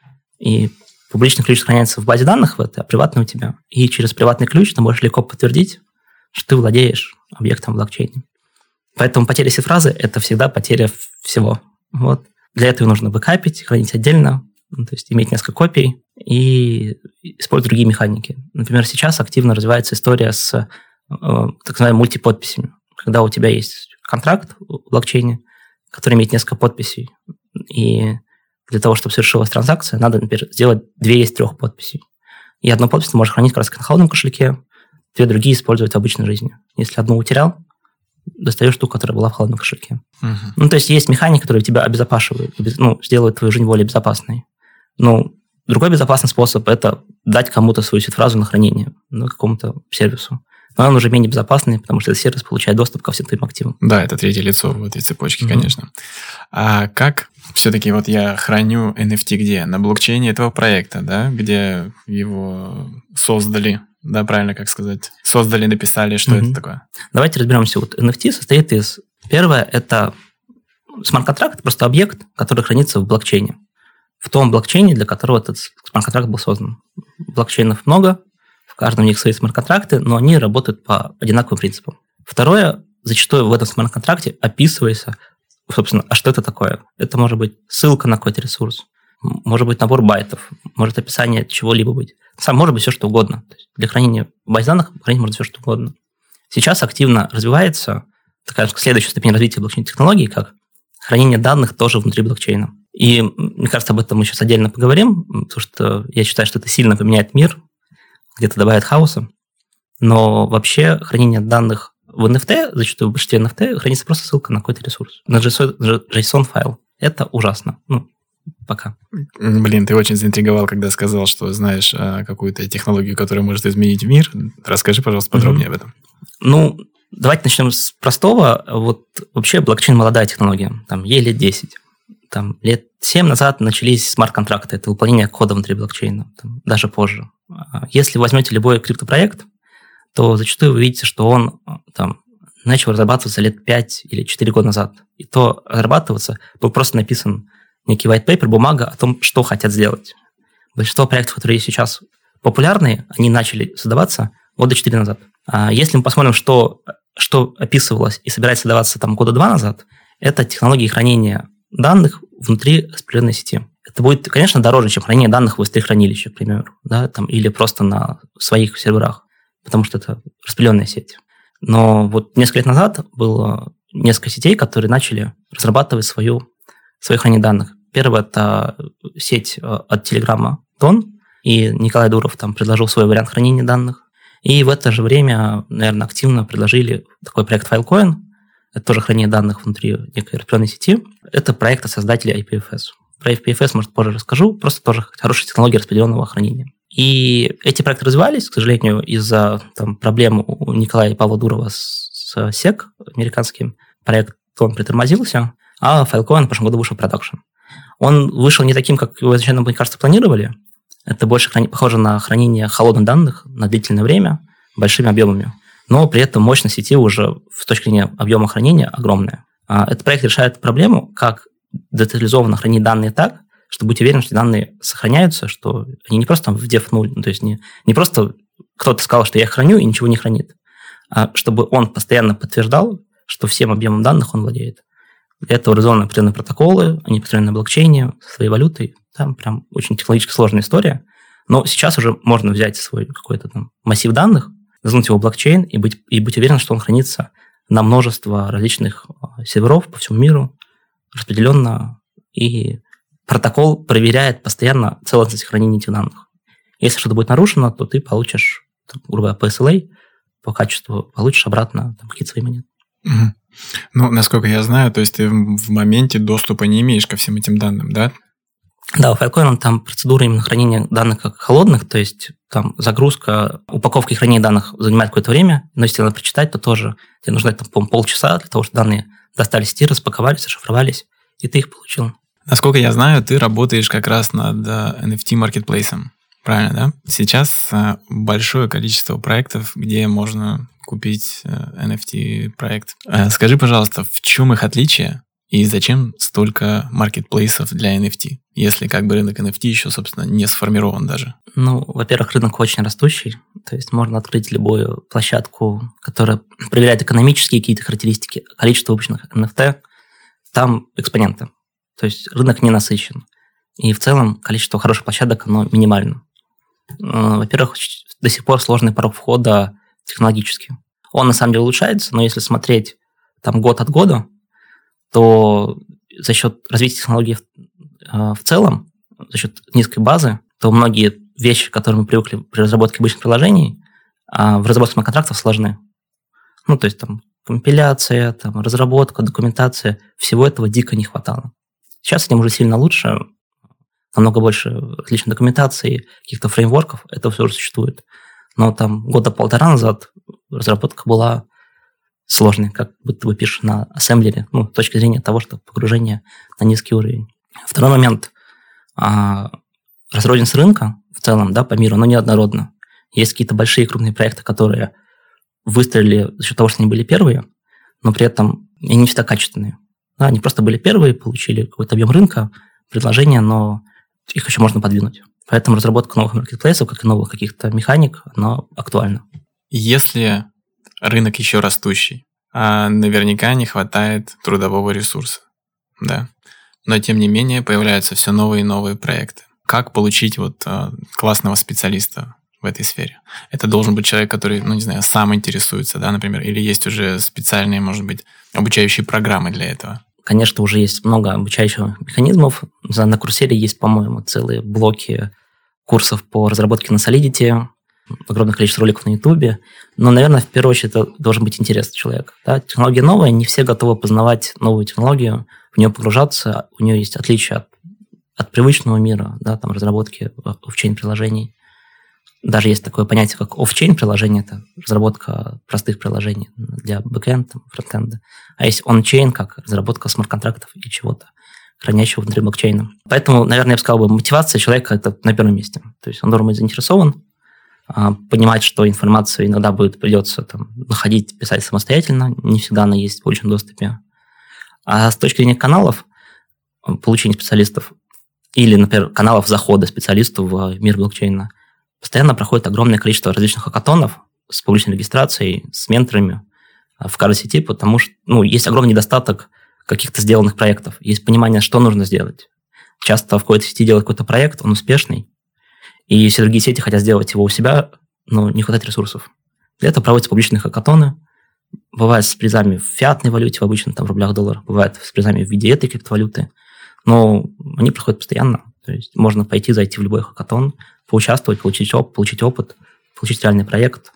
И публичный ключ сохраняется в базе данных в этой, а приватный у тебя. И через приватный ключ ты можешь легко подтвердить, что ты владеешь объектом в блокчейне. Поэтому потеря сид-фразы – это всегда потеря всего. Вот. Для этого нужно бэкапить, хранить отдельно, ну, то есть иметь несколько копий и использовать другие механики. Например, сейчас активно развивается история с э, так называемыми мультиподписями. Когда у тебя есть контракт в блокчейне, который имеет несколько подписей. И для того, чтобы совершилась транзакция, надо, например, сделать две из трех подписей. И одну подпись ты можешь хранить как раз на холодном кошельке, две другие использовать в обычной жизни. Если одну утерял, достаешь ту, которая была в холодном кошельке. Uh-huh. Ну, то есть есть механики, которые тебя обезопасивают, ну, сделают твою жизнь более безопасной. Ну, другой безопасный способ – это дать кому-то свою сид-фразу на хранение, ну, какому-то сервису. Но он уже менее безопасный, потому что этот сервис получает доступ ко всем твоим активам. Да, это третье лицо в этой цепочке, mm-hmm. конечно. А как все-таки вот я храню эн эф ти где? На блокчейне этого проекта, да, где его создали, да, правильно как сказать? Создали, написали, что mm-hmm. это такое? Давайте разберемся. Вот эн эф ти состоит из... Первое – это смарт-контракт, просто объект, который хранится в блокчейне. в том блокчейне, для которого этот смарт-контракт был создан. Блокчейнов много, в каждом из них свои смарт-контракты, но они работают по одинаковым принципам. Второе, зачастую в этом смарт-контракте описывается, собственно, а что это такое? Это может быть ссылка на какой-то ресурс, может быть набор байтов, может описание чего-либо быть. Сам может быть все, что угодно. То есть для хранения баз данных хранить можно все, что угодно. Сейчас активно развивается такая следующая ступень развития блокчейн-технологий, как хранение данных тоже внутри блокчейна. И мне кажется, об этом мы сейчас отдельно поговорим, потому что я считаю, что это сильно поменяет мир, где-то добавит хаоса. Но вообще хранение данных в эн эф ти, зачастую в большинстве эн эф ти, хранится просто ссылка на какой-то ресурс, на JSON-файл. Это ужасно. Ну, пока. Блин, ты очень заинтриговал, когда сказал, что знаешь какую-то технологию, которая может изменить мир. Расскажи, пожалуйста, подробнее mm-hmm. об этом. Ну, давайте начнем с простого. Вот вообще блокчейн молодая технология. Там ей лет десять. Там лет семь назад начались смарт-контракты. Это выполнение кода внутри блокчейна. Там, даже позже. Если возьмете любой криптопроект, то зачастую вы видите, что он там начал разрабатываться лет пять или четыре года назад. И то разрабатываться был просто написан некий white paper, бумага о том, что хотят сделать. Большинство проектов, которые сейчас популярные, они начали создаваться года четыре назад. А если мы посмотрим, что, что описывалось и собирается создаваться там года два назад, это технологии хранения данных внутри распределенной сети. Это будет, конечно, дороже, чем хранение данных в эс три хранилище, к примеру, да, там, или просто на своих серверах, потому что это распределенная сеть. Но вот несколько лет назад было несколько сетей, которые начали разрабатывать свою, свое хранение данных. Первое – это сеть от Телеграма Тон, и Николай Дуров там предложил свой вариант хранения данных. И в это же время, наверное, активно предложили такой проект Filecoin. Это тоже хранение данных внутри некой распределенной сети. Это проект от создателей ай пи эф эс. Про ай пи эф эс, может, позже расскажу. Просто тоже хорошая технология распределенного хранения. И эти проекты развивались, к сожалению, из-за там, проблем у Николая и Павла Дурова с, с сек, американским. Проект он притормозился, а Filecoin в прошлом году вышел в продакшн. Он вышел не таким, как его изначально, мне кажется, планировали. Это больше храни... похоже на хранение холодных данных на длительное время, большими объемами. Но при этом мощность сети уже с точки зрения объема хранения огромная. Этот проект решает проблему, как децентрализованно хранить данные так, чтобы быть уверенным, что данные сохраняются, что они не просто там в деф ноль, ну, то есть не, не просто кто-то сказал, что я их храню, и ничего не хранит, а чтобы он постоянно подтверждал, что всем объемом данных он владеет. Для этого реализованы определенные протоколы, они построены на блокчейне, со своей валютой. Там прям очень технологически сложная история. Но сейчас уже можно взять свой какой-то там массив данных, загнуть его в блокчейн и быть, и быть уверенным, что он хранится на множество различных серверов по всему миру, распределенно, и протокол проверяет постоянно целостность хранения этих данных. Если что-то будет нарушено, то ты получишь, там, грубо говоря, по эс эл эй, по качеству, получишь обратно там, какие-то свои монеты. Угу. Ну, насколько я знаю, то есть ты в моменте доступа не имеешь ко всем этим данным, да? Да, у Filecoin там процедура именно хранения данных как холодных, то есть там загрузка, упаковка и хранение данных занимает какое-то время, но если надо прочитать, то тоже тебе нужно там, по-моему, полчаса для того, чтобы данные достали с сети, распаковались, зашифровались, и ты их получил. Насколько я знаю, ты работаешь как раз над эн эф ти-маркетплейсом, правильно, да? Сейчас большое количество проектов, где можно купить эн эф ти-проект. Скажи, пожалуйста, в чем их отличие и зачем столько маркетплейсов для эн эф ти, если как бы рынок эн эф ти еще, собственно, не сформирован даже? Ну, во-первых, рынок очень растущий, то есть можно открыть любую площадку, которая проверяет экономические какие-то характеристики, количество выпущенных эн эф ти, там экспоненты. То есть рынок не насыщен. И в целом количество хороших площадок, оно минимально. Во-первых, до сих пор сложный порог входа технологически. Он на самом деле улучшается, но если смотреть там год от года, то за счет развития технологий в целом, за счет низкой базы, то многие вещи, к которым мы привыкли при разработке обычных приложений, в разработке контрактов сложны. Ну, то есть там компиляция, там, разработка, документация, всего этого дико не хватало. Сейчас этим уже сильно лучше, намного больше различной документации, каких-то фреймворков, это все уже существует. Но там года полтора назад разработка была сложной, как будто бы пишешь на ассемблере, ну, с точки зрения того, что погружение на низкий уровень. Второй момент. А, разрозненность рынка в целом, да, по миру, но неоднородно. Есть какие-то большие крупные проекты, которые выстрелили за счет того, что они были первые, но при этом они не всегда качественные. Да, они просто были первые, получили какой-то объем рынка, предложения, но их еще можно подвинуть. Поэтому разработка новых маркетплейсов, как и новых каких-то механик, она актуальна. Если рынок еще растущий, а наверняка не хватает трудового ресурса, да, но тем не менее появляются все новые и новые проекты. Как получить вот а, классного специалиста в этой сфере? Это должен быть человек, который, ну не знаю, сам интересуется, да, например, или есть уже специальные, может быть, обучающие программы для этого? Конечно, уже есть много обучающих механизмов. На Курсере есть, по-моему, целые блоки курсов по разработке на Solidity, огромное количество роликов на Ютубе. Но, наверное, в первую очередь это должен быть интерес человека. Да? Технология новая, не все готовы познавать новую технологию, в нее погружаться. У нее есть отличия от, от привычного мира, да, там, разработки офчейн приложений. Даже есть такое понятие, как офчейн приложение, это разработка простых приложений для бэкэнда, фронтенда. А есть ончейн, как разработка смарт-контрактов и чего-то, хранящего внутри блокчейна. Поэтому, наверное, я бы сказал, мотивация человека – это на первом месте. То есть он должен быть заинтересован, понимать, что информацию иногда будет придется там, находить, писать самостоятельно, не всегда она есть в публичном доступе. А с точки зрения каналов получения специалистов или, например, каналов захода специалистов в мир блокчейна, постоянно проходит огромное количество различных хакатонов с публичной регистрацией, с менторами в каждой сети, потому что ну, есть огромный недостаток каких-то сделанных проектов. Есть понимание, что нужно сделать. Часто в какой-то сети делают какой-то проект, он успешный, и все другие сети хотят сделать его у себя, но не хватает ресурсов. Для этого проводятся публичные хакатоны. Бывает с призами в фиатной валюте, в обычном там, рублях, долларах, бывает с призами в виде этой криптовалюты, но они проходят постоянно. То есть можно пойти, зайти в любой хакатон, поучаствовать, получить опыт, получить опыт, получить реальный проект.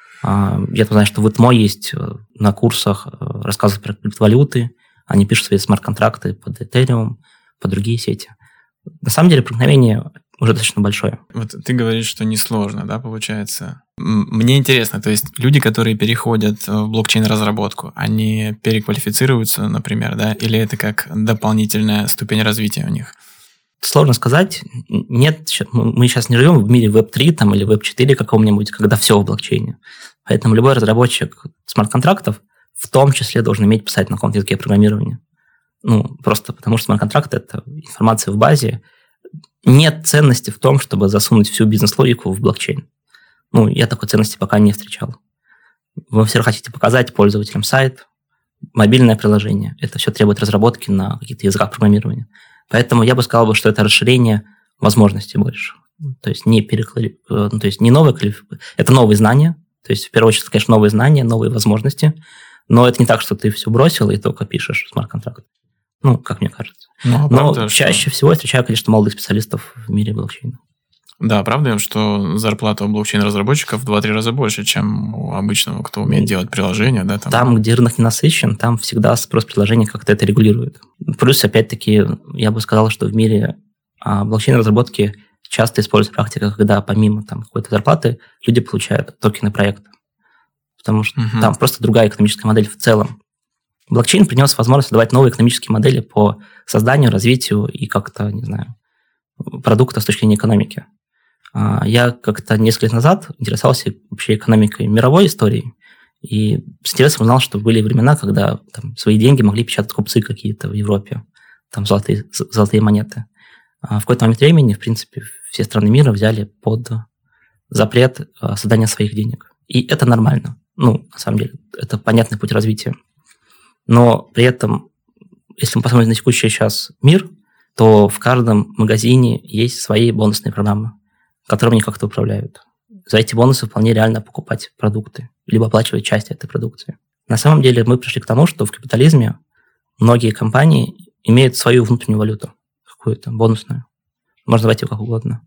Я знаю, что в ИТМО есть на курсах рассказы про криптовалюты, они пишут свои смарт-контракты под Ethereum, под другие сети. На самом деле проникновение уже достаточно большое. Вот ты говоришь, что несложно, да, получается? Мне интересно, то есть люди, которые переходят в блокчейн-разработку, они переквалифицируются, например, да, или это как дополнительная ступень развития у них? Сложно сказать. Нет, мы сейчас не живем в мире веб три там, или веб четыре каком-нибудь, когда все в блокчейне. Поэтому любой разработчик смарт-контрактов в том числе должен уметь писать на каком-то языке программирования. Ну, просто потому что смарт-контракт – это информация в базе. Нет ценности в том, чтобы засунуть всю бизнес-логику в блокчейн. Ну, я такой ценности пока не встречал. Вы все хотите показать пользователям сайт, мобильное приложение. Это все требует разработки на каких-то языках программирования. Поэтому я бы сказал, что это расширение возможностей больше. То есть не, переквали... ну, то есть не новые квалификации. Это новые знания. То есть, в первую очередь, конечно, новые знания, новые возможности. Но это не так, что ты все бросил и только пишешь смарт-контракт. Ну, как мне кажется. Ну, Но правда, чаще что... всего я встречаю, конечно, молодых специалистов в мире блокчейна. Да, правда, что зарплата у блокчейн-разработчиков в два-три раза больше, чем у обычного, кто умеет делать приложения. Да, там... там, где рынок не насыщен, там всегда спрос приложений как-то это регулирует. Плюс, опять-таки, я бы сказал, что в мире блокчейн-разработки часто используется практика, когда помимо там, какой-то зарплаты люди получают токены проекта. Потому что угу. там просто другая экономическая модель в целом. Блокчейн принес возможность создавать новые экономические модели по созданию, развитию и как-то, не знаю, продукта с точки зрения экономики. Я как-то несколько лет назад интересовался вообще экономикой мировой истории, и с интересом узнал, что были времена, когда там, свои деньги могли печатать купцы какие-то в Европе, там золотые, золотые монеты. А в какой-то момент времени, в принципе, все страны мира взяли под запрет создания своих денег. И это нормально. Ну, на самом деле, это понятный путь развития. Но при этом, если мы посмотрим на текущий сейчас мир, то в каждом магазине есть свои бонусные программы, которыми они как-то управляют. За эти бонусы вполне реально покупать продукты, либо оплачивать часть этой продукции. На самом деле мы пришли к тому, что в капитализме многие компании имеют свою внутреннюю валюту, какую-то бонусную. Можно назвать ее как угодно.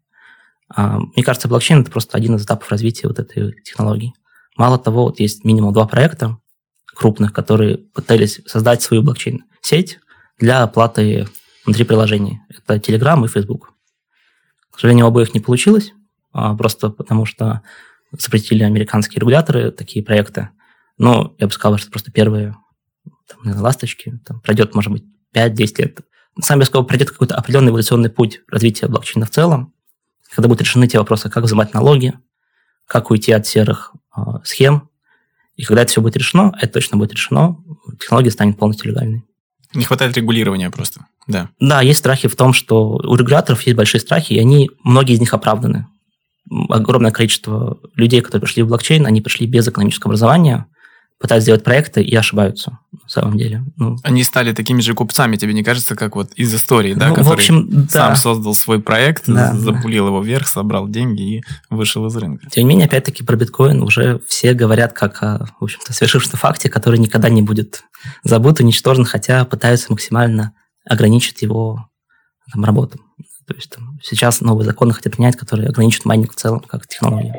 Мне кажется, блокчейн – это просто один из этапов развития вот этой технологии. Мало того, вот есть минимум два проекта крупных, которые пытались создать свою блокчейн-сеть для оплаты внутри приложений. Это Telegram и Facebook. К сожалению, у обоих не получилось, просто потому что запретили американские регуляторы такие проекты. Но я бы сказал, что это просто первые там, наверное, ласточки. Там пройдет, может быть, пять-десять лет. На самом деле, сколько пройдет какой-то определенный эволюционный путь развития блокчейна в целом, когда будут решены те вопросы, как взимать налоги, как уйти от серых э, схем. И когда это все будет решено, это точно будет решено, технология станет полностью легальной. Не хватает регулирования просто. Да. Да, есть страхи в том, что у регуляторов есть большие страхи, и они, многие из них оправданы. Огромное количество людей, которые пришли в блокчейн, они пришли без экономического образования, пытаются сделать проекты и ошибаются, на самом деле. Ну, они стали такими же купцами, тебе не кажется, как вот из истории, да, ну, который в общем, да. сам создал свой проект, да, запулил да. его вверх, собрал деньги и вышел из рынка. Тем не менее, опять-таки, про биткоин уже все говорят как о, в общем-то, свершившемся факте, который никогда не будет забыт, уничтожен, хотя пытаются максимально ограничить его там, работу. То есть там, сейчас новые законы хотят принять, которые ограничат майнинг в целом как технологию.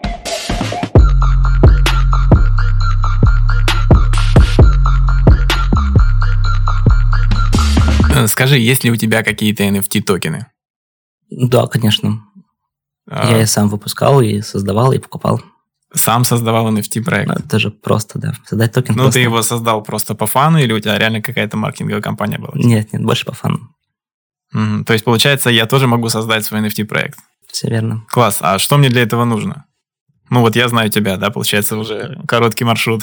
Скажи, есть ли у тебя какие-то эн эф ти-токены? Да, конечно. А... Я и сам выпускал, и создавал, и покупал. Сам создавал эн эф ти-проект? Ну, это же просто, да. Создать токен Ну, просто. ты его создал просто по фану, или у тебя реально какая-то маркетинговая компания была? Нет, нет, больше по фану. Mm-hmm. То есть, получается, я тоже могу создать свой эн эф ти-проект? Все верно. Класс. А что мне для этого нужно? Ну, вот я знаю тебя, да, получается, уже короткий маршрут.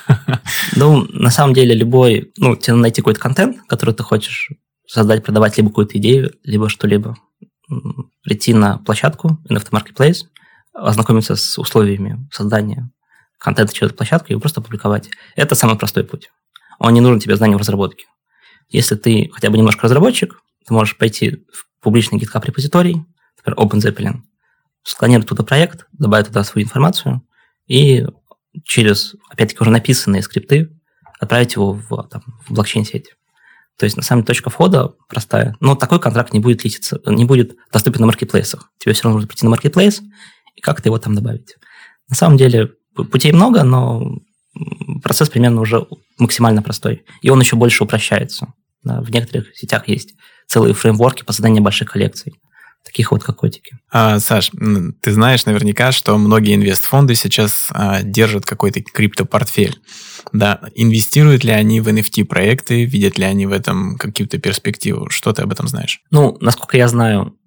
Ну, на самом деле, любой... Ну, тебе надо найти какой-то контент, который ты хочешь создать, продавать либо какую-то идею, либо что-либо. Прийти на площадку эн эф ти Marketplace, ознакомиться с условиями создания контента через эту площадку и его просто публиковать. Это самый простой путь. Он не нужен тебе знаний в разработке. Если ты хотя бы немножко разработчик, ты можешь пойти в публичный GitHub репозиторий, например, OpenZeppelin, склонировать туда проект, добавить туда свою информацию и через, опять-таки, уже написанные скрипты отправить его в, там, в блокчейн-сеть. То есть, на самом деле, точка входа простая. Но такой контракт не будет листиться, не будет доступен на маркетплейсах. Тебе все равно нужно прийти на маркетплейс и как-то его там добавить. На самом деле, путей много, но процесс примерно уже максимально простой. И он еще больше упрощается. Да, в некоторых сетях есть целые фреймворки по созданию больших коллекций. Таких вот, как котики. А, Саш, ты знаешь наверняка, что многие инвестфонды сейчас а, держат какой-то криптопортфель. Да, инвестируют ли они в эн эф ти-проекты, видят ли они в этом какую-то перспективу? Что ты об этом знаешь? Ну, насколько я знаю,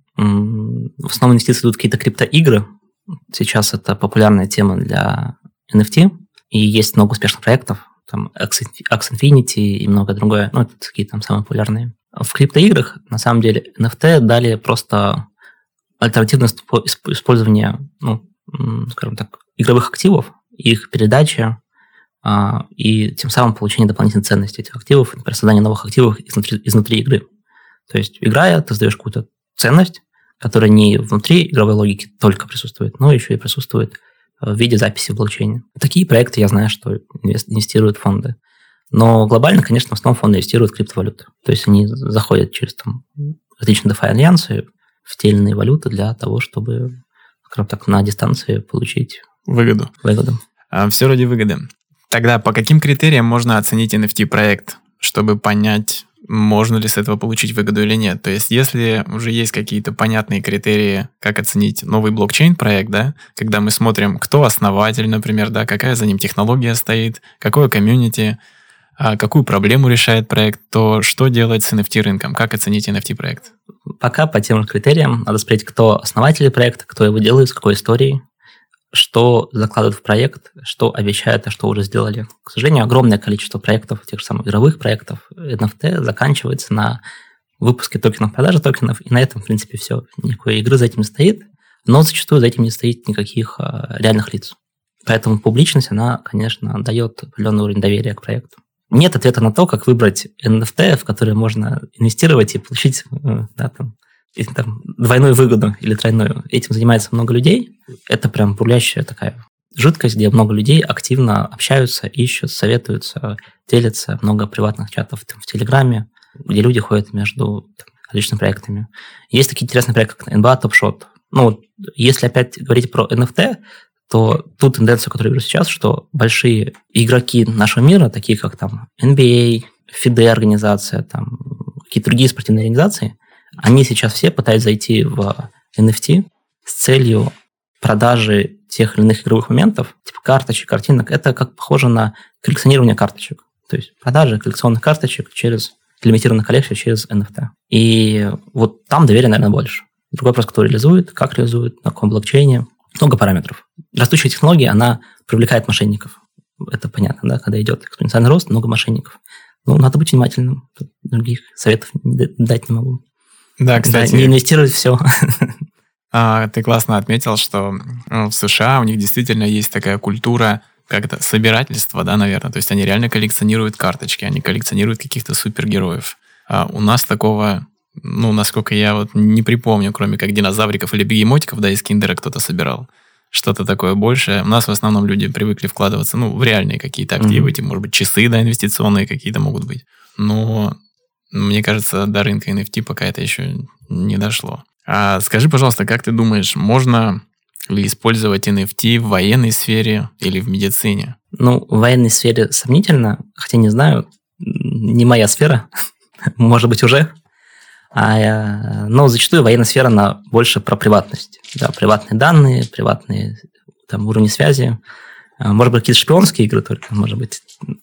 в основном инвестиции идут какие-то криптоигры. Сейчас это популярная тема для эн эф ти, и есть много успешных проектов, там Axie Infinity и многое другое. Ну, это такие там самые популярные. В криптоиграх, на самом деле, эн эф ти дали просто альтернативное использование, ну, скажем так, игровых активов, их передача, а, и тем самым получение дополнительной ценности этих активов, например, создание новых активов изнутри, изнутри игры. То есть, играя, ты создаешь какую-то ценность, которая не внутри игровой логики только присутствует, но еще и присутствует в виде записи в блокчейне. Такие проекты я знаю, что инвестируют фонды. Но глобально, конечно, в основном фонды инвестируют в криптовалюты. То есть они заходят через там, различные DeFi-альянсы в те или иные валюты для того, чтобы, скажем так, на дистанции получить выгоду. выгоду. А, все ради выгоды. Тогда по каким критериям можно оценить эн эф ти-проект, чтобы понять, можно ли с этого получить выгоду или нет? То есть, если уже есть какие-то понятные критерии, как оценить новый блокчейн-проект, да, когда мы смотрим, кто основатель, например, да, какая за ним технология стоит, какое комьюнити, какую проблему решает проект, то что делать с эн эф ти-рынком? Как оценить эн эф ти-проект? Пока по тем же критериям надо смотреть, кто основатели проекта, кто его делает, с какой историей, что закладывают в проект, что обещают, а что уже сделали. К сожалению, огромное количество проектов, тех же самых игровых проектов, эн эф ти заканчивается на выпуске токенов, продаже токенов, и на этом, в принципе, все. Никакой игры за этим не стоит, но зачастую за этим не стоит никаких а, реальных лиц. Поэтому публичность, она, конечно, дает определенный уровень доверия к проекту. Нет ответа на то, как выбрать эн эф ти, в который можно инвестировать и получить да, там, там, двойную выгоду или тройную. Этим занимается много людей. Это прям бурлящая такая жидкость, где много людей активно общаются, ищут, советуются, делятся. Много приватных чатов там, в Телеграме, где люди ходят между там, различными проектами. Есть такие интересные проекты, как эн би эй Top Shot. Ну, если опять говорить про эн эф ти, то ту тенденцию, которую я вижу сейчас, что большие игроки нашего мира, такие как там эн би эй, фиде организация, там, какие-то другие спортивные организации, они сейчас все пытаются зайти в эн эф ти с целью продажи тех или иных игровых моментов, типа карточек, картинок. Это как похоже на коллекционирование карточек. То есть продажи коллекционных карточек через лимитированную коллекцию через эн эф ти. И вот там доверия, наверное, больше. Другой вопрос, кто реализует, как реализует, на каком блокчейне. Много параметров. Растущая технология, она привлекает мошенников. Это понятно, да, когда идет экспоненциальный рост, много мошенников. Ну, надо быть внимательным. Тут других советов дать не могу. Да, кстати. Да, не инвестировать все. А, ты классно отметил, что в США у них действительно есть такая культура, как это, собирательство, да, наверное. То есть они реально коллекционируют карточки, они коллекционируют каких-то супергероев. А у нас такого, ну, насколько я вот не припомню, кроме как динозавриков или бегемотиков, да, из киндера кто-то собирал. Что-то такое большее. У нас в основном люди привыкли вкладываться, ну, в реальные какие-то активы, mm-hmm. эти, может быть, часы, да, инвестиционные какие-то могут быть. Но мне кажется, до рынка эн эф ти пока это еще не дошло. А скажи, пожалуйста, как ты думаешь, можно ли использовать эн эф ти в военной сфере или в медицине? Ну, в военной сфере сомнительно, хотя не знаю, не моя сфера, может быть, уже. А, но зачастую военная сфера, она больше про приватность. Да, приватные данные, приватные там, уровни связи. Может быть, какие-то шпионские игры только, может быть.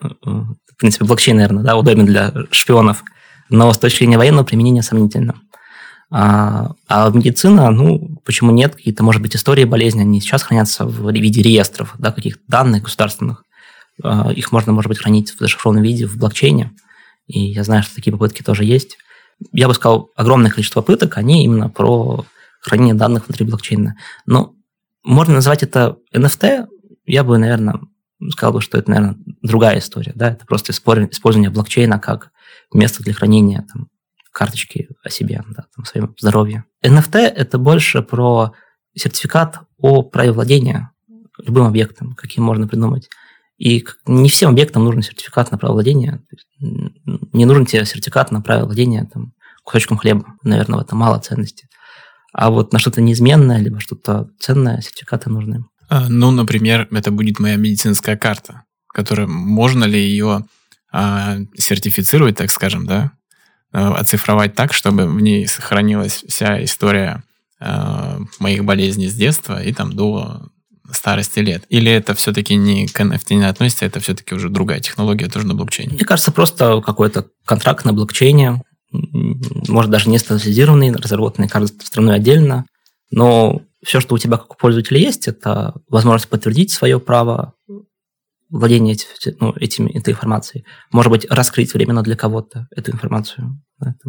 В принципе, блокчейн, наверное, да, удобен для шпионов. Но с точки зрения военного применения сомнительно. А, а медицина, ну, почему нет? Какие-то, может быть, истории болезни, они сейчас хранятся в виде реестров, да, каких-то данных государственных. А, их можно, может быть, хранить в зашифрованном виде в блокчейне. И я знаю, что такие попытки тоже есть. Я бы сказал, огромное количество попыток, они именно про хранение данных внутри блокчейна. Но можно назвать это эн эф ти, я бы, наверное, сказал бы, что это, наверное, другая история. Да? Это просто использование блокчейна как место для хранения там, карточки о себе, да, там, о своем здоровье. эн эф ти – это больше про сертификат о праве владения любым объектом, каким можно придумать. И не всем объектам нужен сертификат на право владения. Не нужен тебе сертификат на право владения там, кусочком хлеба. Наверное, в этом мало ценности. А вот на что-то неизменное, либо что-то ценное, сертификаты нужны. А, ну, например, это будет моя медицинская карта, которая, можно ли ее а, сертифицировать, так скажем, да, оцифровать так, чтобы в ней сохранилась вся история а, моих болезней с детства и там до старости лет? Или это все-таки не к эн эф ти не относится, это все-таки уже другая технология, тоже на блокчейне? Мне кажется, просто какой-то контракт на блокчейне, может, даже не стандартизированный, разработанный каждой страной отдельно, но все, что у тебя как у пользователя есть, это возможность подтвердить свое право владения ну, этими, этой информацией. Может быть, раскрыть временно для кого-то эту информацию.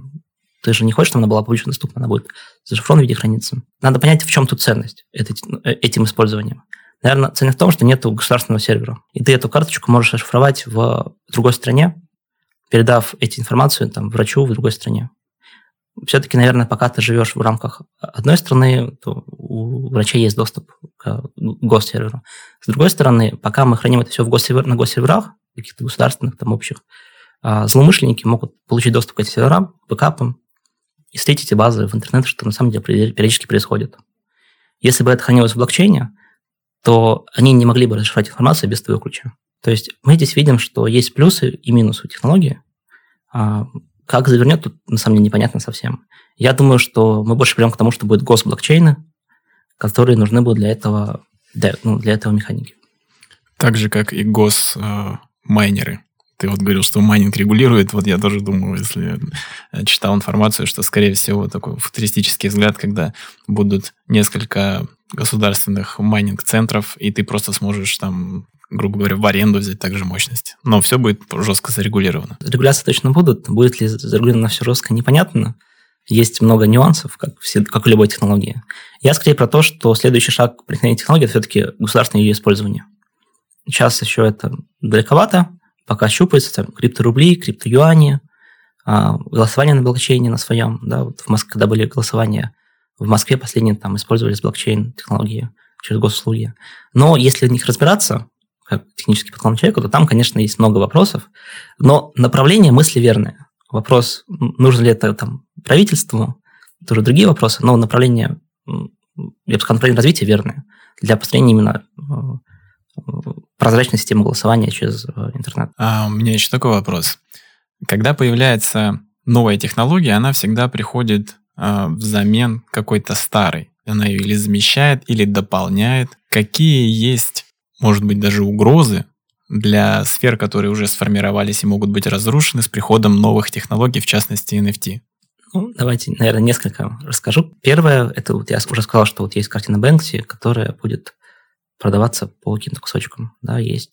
Ты же не хочешь, чтобы она была публично доступна, она будет в зашифрованном виде храниться. Надо понять, в чем тут ценность этим использованием. Наверное, ценность в том, что нет государственного сервера. И ты эту карточку можешь расшифровать в другой стране, передав эту информацию там, врачу в другой стране. Все-таки, наверное, пока ты живешь в рамках одной страны, то у врачей есть доступ к госсерверу. С другой стороны, пока мы храним это все в госсервер, на госсерверах, каких-то государственных, там, общих, злоумышленники могут получить доступ к этим серверам, бэкапам, и слить эти базы в интернет, что на самом деле периодически происходит. Если бы это хранилось в блокчейне, то они не могли бы расшифровать информацию без твоего ключа. То есть мы здесь видим, что есть плюсы и минусы у технологии. Как завернет, тут на самом деле непонятно совсем. Я думаю, что мы больше придем к тому, что будут госблокчейны, которые нужны будут для этого, для, ну, для этого механики. Так же, как и госмайнеры. Ты вот говорил, что майнинг регулирует. Вот я тоже думаю, если читал информацию, что, скорее всего, такой футуристический взгляд, когда будут несколько государственных майнинг-центров, и ты просто сможешь там, грубо говоря, в аренду взять также мощность. Но все будет жестко зарегулировано. Регуляции точно будут. Будет ли зарегулировано все жестко, непонятно. Есть много нюансов, как, все, как у любой технологии. Я скорее про то, что следующий шаг при применении технологии – это все-таки государственное ее использование. Сейчас еще это далековато. Пока щупается там, крипторубли, криптоюани, голосование на блокчейне на своем. Да, вот в Москве, когда были голосования в Москве, последние там использовались блокчейн-технологии через госуслуги. Но если в них разбираться, как технически подклон человеку, то там, конечно, есть много вопросов. Но направление мысли верное. Вопрос, нужно ли это там, правительству, тоже другие вопросы, но направление, я бы сказал, направление развития верное для построения именно прозрачной системы голосования через интернет. А у меня еще такой вопрос. Когда появляется новая технология, она всегда приходит а, взамен какой-то старой. Она ее или замещает, или дополняет. Какие есть, может быть, даже угрозы для сфер, которые уже сформировались и могут быть разрушены с приходом новых технологий, в частности эн эф ти? Ну, давайте, наверное, несколько расскажу. Первое, это вот я уже сказал, что вот есть картина Бэнкси, которая будет продаваться по каким-то кусочкам. Да, есть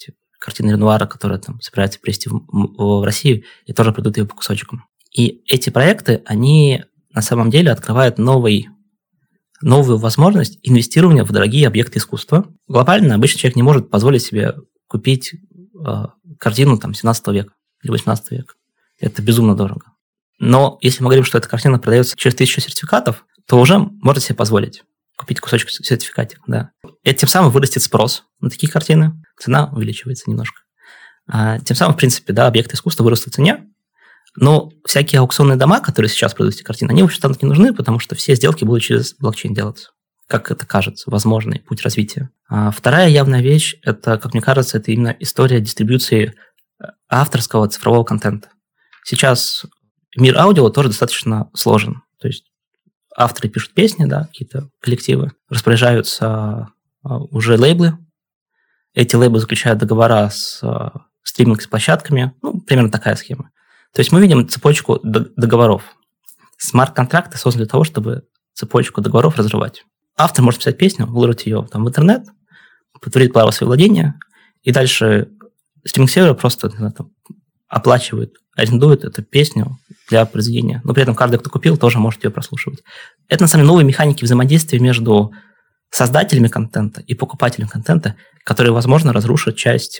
картины Ренуара, которая там собирается привезти в, в Россию, и тоже придут ее по кусочкам. И эти проекты, они на самом деле открывают новый, новую возможность инвестирования в дорогие объекты искусства. Глобально обычный человек не может позволить себе купить э, картину там, семнадцатого века или восемнадцатого века. Это безумно дорого. Но если мы говорим, что эта картина продается через тысячу сертификатов, то уже можно себе позволить купить кусочек сертификата. Да. И тем самым вырастет спрос на такие картины, цена увеличивается немножко. А, тем самым, в принципе, да, объекты искусства вырастут в цене, но всякие аукционные дома, которые сейчас продают эти картины, они, в общем-то, не нужны, потому что все сделки будут через блокчейн делаться. Как это кажется, возможный путь развития. А вторая явная вещь, это, как мне кажется, это именно история дистрибьюции авторского цифрового контента. Сейчас мир аудио тоже достаточно сложен. То есть авторы пишут песни, да, какие-то коллективы, распоряжаются уже лейблы. Эти лейблы заключают договора с стриминг-площадками. Ну, примерно такая схема. То есть мы видим цепочку договоров. Смарт-контракты созданы для того, чтобы цепочку договоров разрывать. Автор может писать песню, выложить ее там в интернет, подтвердить право своего владения, и дальше стриминг-сервер просто не знаю, там, оплачивает, арендует эту песню для произведения. Но при этом каждый, кто купил, тоже может ее прослушивать. Это, на самом деле, новые механики взаимодействия между создателями контента и покупателями контента, которые, возможно, разрушат часть,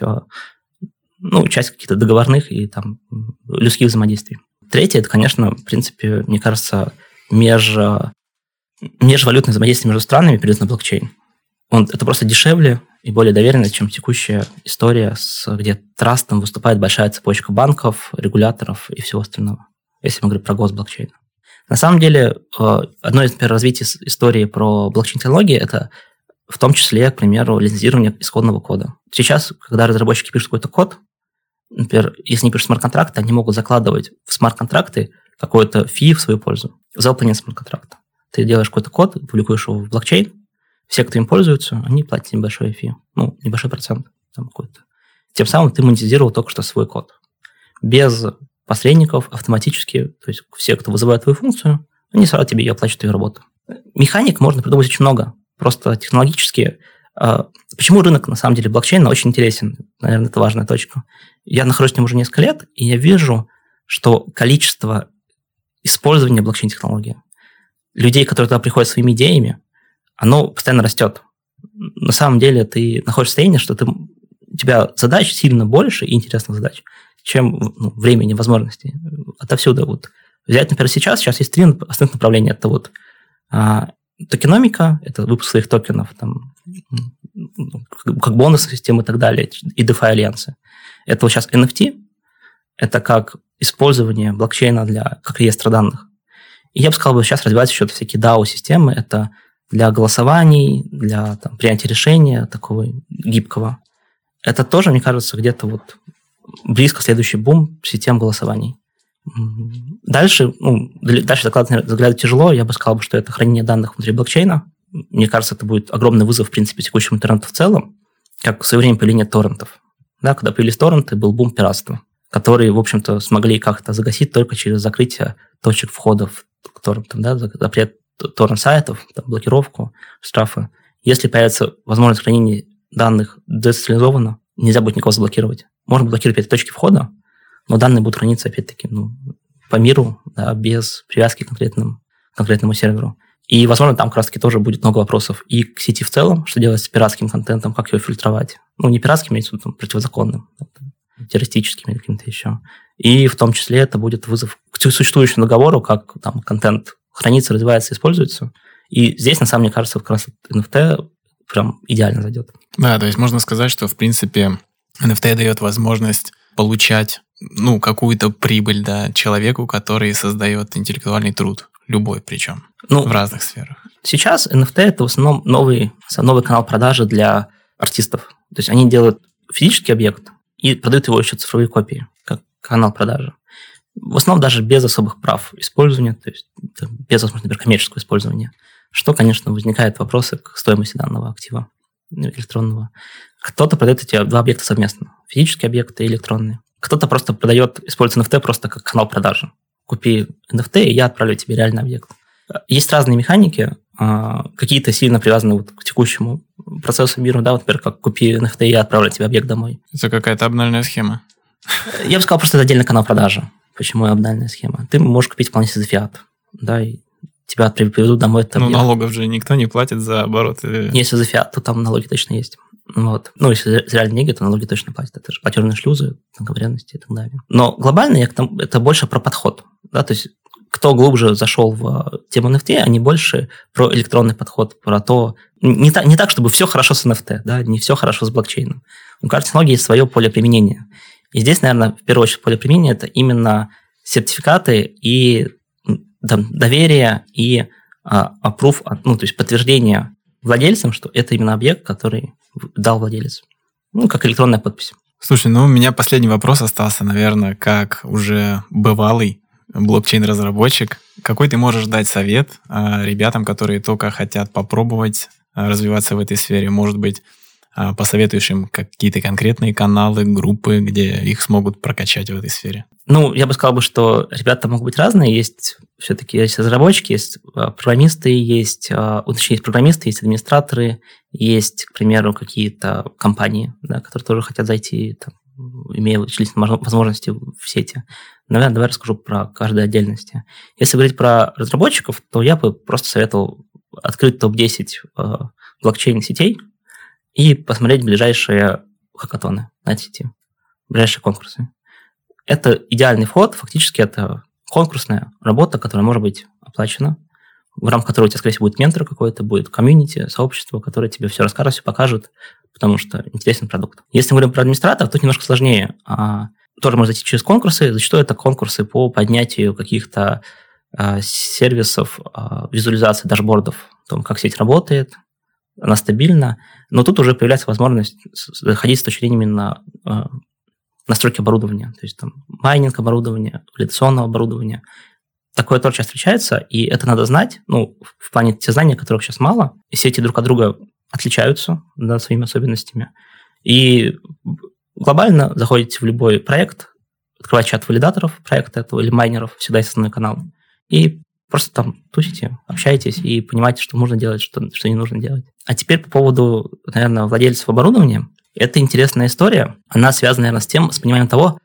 ну, часть каких-то договорных и там, людских взаимодействий. Третье, это, конечно, в принципе, мне кажется, меж, межвалютное взаимодействие между странами перейдет на блокчейн. Он, это просто дешевле и более доверенно, чем текущая история, с, где трастом выступает большая цепочка банков, регуляторов и всего остального, если мы говорим про госблокчейн. На самом деле, одно из, например, развитий истории про блокчейн-технологии – это в том числе, к примеру, лицензирование исходного кода. Сейчас, когда разработчики пишут какой-то код, например, если они пишут смарт-контракты, они могут закладывать в смарт-контракты какой-то фи в свою пользу за выполнение смарт-контракта. Ты делаешь какой-то код, публикуешь его в блокчейн, все, кто им пользуются, они платят небольшой фи, ну, небольшой процент там какой-то. Тем самым ты монетизировал только что свой код. Без посредников автоматически, то есть все, кто вызывает твою функцию, они сразу тебе ее оплачивают твою работу. Механик можно придумать очень много. Просто технологически. Почему рынок, на самом деле, блокчейна очень интересен? Наверное, это важная точка. Я нахожусь в нем уже несколько лет, и я вижу, что количество использования блокчейн-технологии, людей, которые туда приходят своими идеями, оно постоянно растет. На самом деле ты находишься в состоянии, что ты, у тебя задач сильно больше и интересных задач, чем ну, времени, возможностей. Отовсюду. Вот. Взять, например, сейчас, сейчас есть три основных направления. Это вот а, токеномика, это выпуск своих токенов, там, как бонусная система и так далее, и DeFi-альянсы. Это вот сейчас эн эф ти, это как использование блокчейна для, как реестра данных. И я бы сказал, что сейчас развиваются еще всякие дао-системы, это для голосований, для там, принятия решения такого гибкого. Это тоже, мне кажется, где-то вот близко следующий бум систем голосований. Дальше, ну, дальше заглядывать, заглядывать тяжело, я бы сказал, что это хранение данных внутри блокчейна. Мне кажется, это будет огромный вызов, в принципе, текущему интернету в целом, как в свое время появление торрентов. Да, когда появились торренты, был бум пиратства, которые, в общем-то, смогли как-то загасить только через закрытие точек входов к торрентам, да, запрет торрент-сайтов, блокировку, штрафы. Если появится возможность хранения данных децентрализованно, нельзя будет никого заблокировать. Можно блокировать эти точки входа, но данные будут храниться, опять-таки, ну, по миру, да, без привязки к конкретному, конкретному серверу. И, возможно, там как раз-таки тоже будет много вопросов и к сети в целом, что делать с пиратским контентом, как его фильтровать. Ну, не пиратским, имеется в виду, противозаконным, террористическим или каким-то еще. И в том числе это будет вызов к существующему договору, как там контент хранится, развивается, используется. И здесь, на самом деле, кажется, как раз эн эф ти прям идеально зайдет. Да, то есть можно сказать, что, в принципе, эн эф ти дает возможность получать ну, какую-то прибыль, да, человеку, который создает интеллектуальный труд, любой причем, ну, в разных сферах. Сейчас эн эф ти – это в основном новый, новый канал продажи для артистов. То есть они делают физический объект и продают его еще цифровые копии, как канал продажи. В основном даже без особых прав использования, то есть без возможности, например, коммерческого использования, что, конечно, возникает вопросы к стоимости данного актива электронного. Кто-то продает эти два объекта совместно, физические объекты и электронные. Кто-то просто продает, использует эн эф ти просто как канал продажи. Купи эн эф ти, и я отправлю тебе реальный объект. Есть разные механики, какие-то сильно привязаны вот к текущему процессу мира, да, вот, например, как купи эн эф ти и отправлю тебе объект домой. Это какая-то обнальная схема. Я бы сказал, просто это отдельный канал продажи. Почему обнальная схема? Ты можешь купить вполне себе за фиат, да, и тебя приведут домой. Это ну, налогов же никто не платит за обороты. Если за фиат, то там налоги точно есть. Вот. Ну, если за реальные деньги, то налоги точно платят. Это же платежные шлюзы, договоренности и так далее. Но глобально я к тому, это больше про подход. Да? То есть кто глубже зашел в тему эн эф ти, они больше про электронный подход, про то... Не так, не так, чтобы все хорошо с эн эф ти, да? Не все хорошо с блокчейном. У каждой технологии есть свое поле применения. И здесь, наверное, в первую очередь поле применения – это именно сертификаты и там, доверие и а, approve, ну, то есть подтверждение владельцам, что это именно объект, который дал владелец. Ну, как электронная подпись. Слушай, ну у меня последний вопрос остался, наверное, как уже бывалый блокчейн-разработчик. Какой ты можешь дать совет а, ребятам, которые только хотят попробовать а, развиваться в этой сфере? Может быть, а, посоветуешь им какие-то конкретные каналы, группы, где их смогут прокачать в этой сфере? Ну, я бы сказал, что ребята могут быть разные. Есть все-таки есть разработчики, есть программисты, есть, точнее, есть программисты, есть администраторы, есть, к примеру, какие-то компании, да, которые тоже хотят зайти, там, имея вычислительные возможности в сети. Наверное, давай расскажу про каждой отдельности. Если говорить про разработчиков, то я бы просто советовал открыть топ десять блокчейн-сетей и посмотреть ближайшие хакатоны на этой сети, ближайшие конкурсы. Это идеальный вход, фактически это конкурсная работа, которая может быть оплачена, в рамках которой у тебя, скорее всего, будет ментор какой-то, будет комьюнити, сообщество, которое тебе все расскажет, все покажет, потому что интересный продукт. Если мы говорим про администратора, тут немножко сложнее. А, тоже можно зайти через конкурсы. Зачастую это конкурсы по поднятию каких-то а, сервисов, а, визуализации дашбордов, о том, как сеть работает, она стабильна, но тут уже появляется возможность заходить с точки зрения именно а, настройки оборудования, то есть там майнинг оборудования, валидационного оборудования. Такое тоже часто встречается, и это надо знать, ну, в плане те знаний, которых сейчас мало, и сети друг от друга отличаются, да, своими особенностями. И глобально заходите в любой проект, открываете чат валидаторов проекта этого или майнеров, всегда есть основной канал, и просто там тусите, общаетесь и понимаете, что нужно делать, что, что не нужно делать. А теперь по поводу, наверное, владельцев оборудования. Это интересная история. Она связана, наверное, с тем, с пониманием того,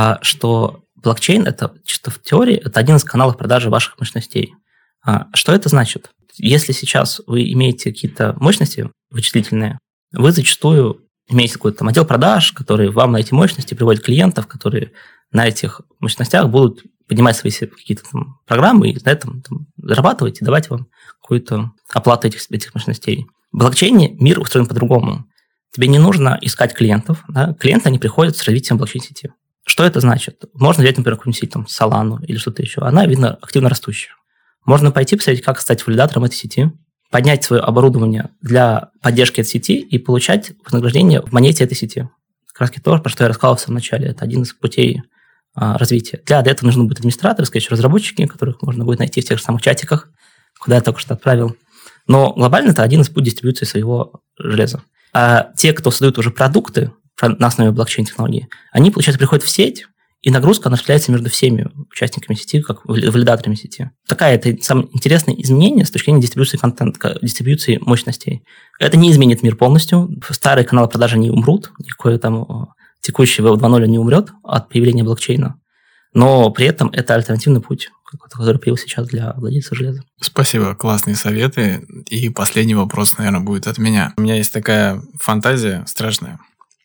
что блокчейн – это чисто в теории, это один из каналов продажи ваших мощностей. Что это значит? Если сейчас вы имеете какие-то мощности вычислительные, вы зачастую имеете какой-то там отдел продаж, который вам на эти мощности приводит клиентов, которые на этих мощностях будут поднимать свои какие-то там программы и на этом там зарабатывать и давать вам какую-то оплату этих, этих мощностей. В блокчейне мир устроен по-другому. Тебе не нужно искать клиентов. Да? Клиенты, они приходят с развитием блокчейн-сети. Что это значит? Можно взять, например, какую-нибудь сеть, там, Solana или что-то еще. Она, видно, активно растущая. Можно пойти посмотреть, как стать валидатором этой сети, поднять свое оборудование для поддержки этой сети и получать вознаграждение в монете этой сети. Как раз то, про что я рассказывал в самом начале. Это один из путей а, развития. Для этого нужны будут администраторы, скорее всего, разработчики, которых можно будет найти в тех же самых чатиках, куда я только что отправил. Но глобально это один из путей дистрибьюции своего железа. А те, кто создают уже продукты на основе блокчейн-технологии, они, получается, приходят в сеть, и нагрузка распределяется между всеми участниками сети, как валидаторами сети. Такая это самое интересное изменение с точки зрения дистрибьюции контента, дистрибьюции мощностей. Это не изменит мир полностью. Старые каналы продажи не умрут, никакой там текущий веб два ноль не умрет от появления блокчейна. Но при этом это альтернативный путь, который появился сейчас для владельца железа. Спасибо, классные советы. И последний вопрос, наверное, будет от меня. У меня есть такая фантазия страшная,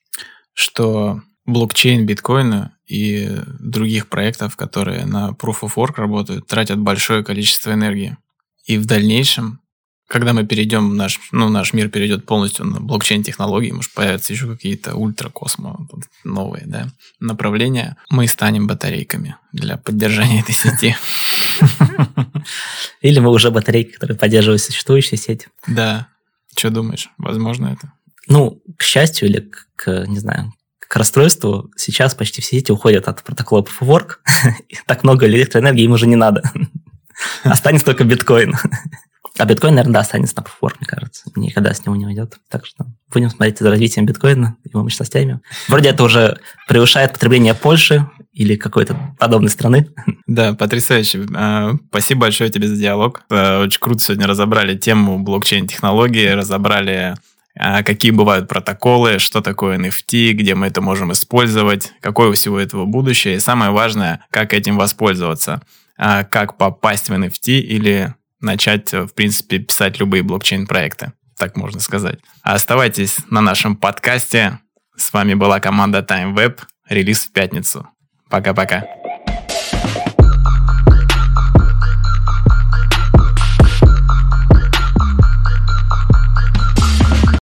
что блокчейн биткоина и других проектов, которые на Proof of Work работают, тратят большое количество энергии. И в дальнейшем, когда мы перейдем, наш, ну, наш мир перейдет полностью на блокчейн-технологии, может, появятся еще какие-то ультракосмо новые, да, направления, мы станем батарейками для поддержания этой сети. Или мы уже батарейки, которые поддерживают существующую сеть. Да. Что думаешь? Возможно это? Ну, к счастью или к, не знаю, к расстройству, сейчас почти все сети уходят от протокола Proof of Work. Так много электроэнергии им уже не надо. Останется только биткоин. А биткоин, наверное, да, останется на Proof of Work, мне кажется. Никогда с него не уйдет. Так что будем смотреть за развитием биткоина, его мощностями. Вроде это уже превышает потребление Польши или какой-то подобной страны. Да, потрясающе. Спасибо большое тебе за диалог. Очень круто сегодня разобрали тему блокчейн-технологии, разобрали, какие бывают протоколы, что такое эн эф ти, где мы это можем использовать, какое у всего этого будущее, и самое важное, как этим воспользоваться, как попасть в эн эф ти или начать, в принципе, писать любые блокчейн-проекты, так можно сказать. Оставайтесь на нашем подкасте. С вами была команда TimeWeb. Релиз в пятницу. Пока-пока.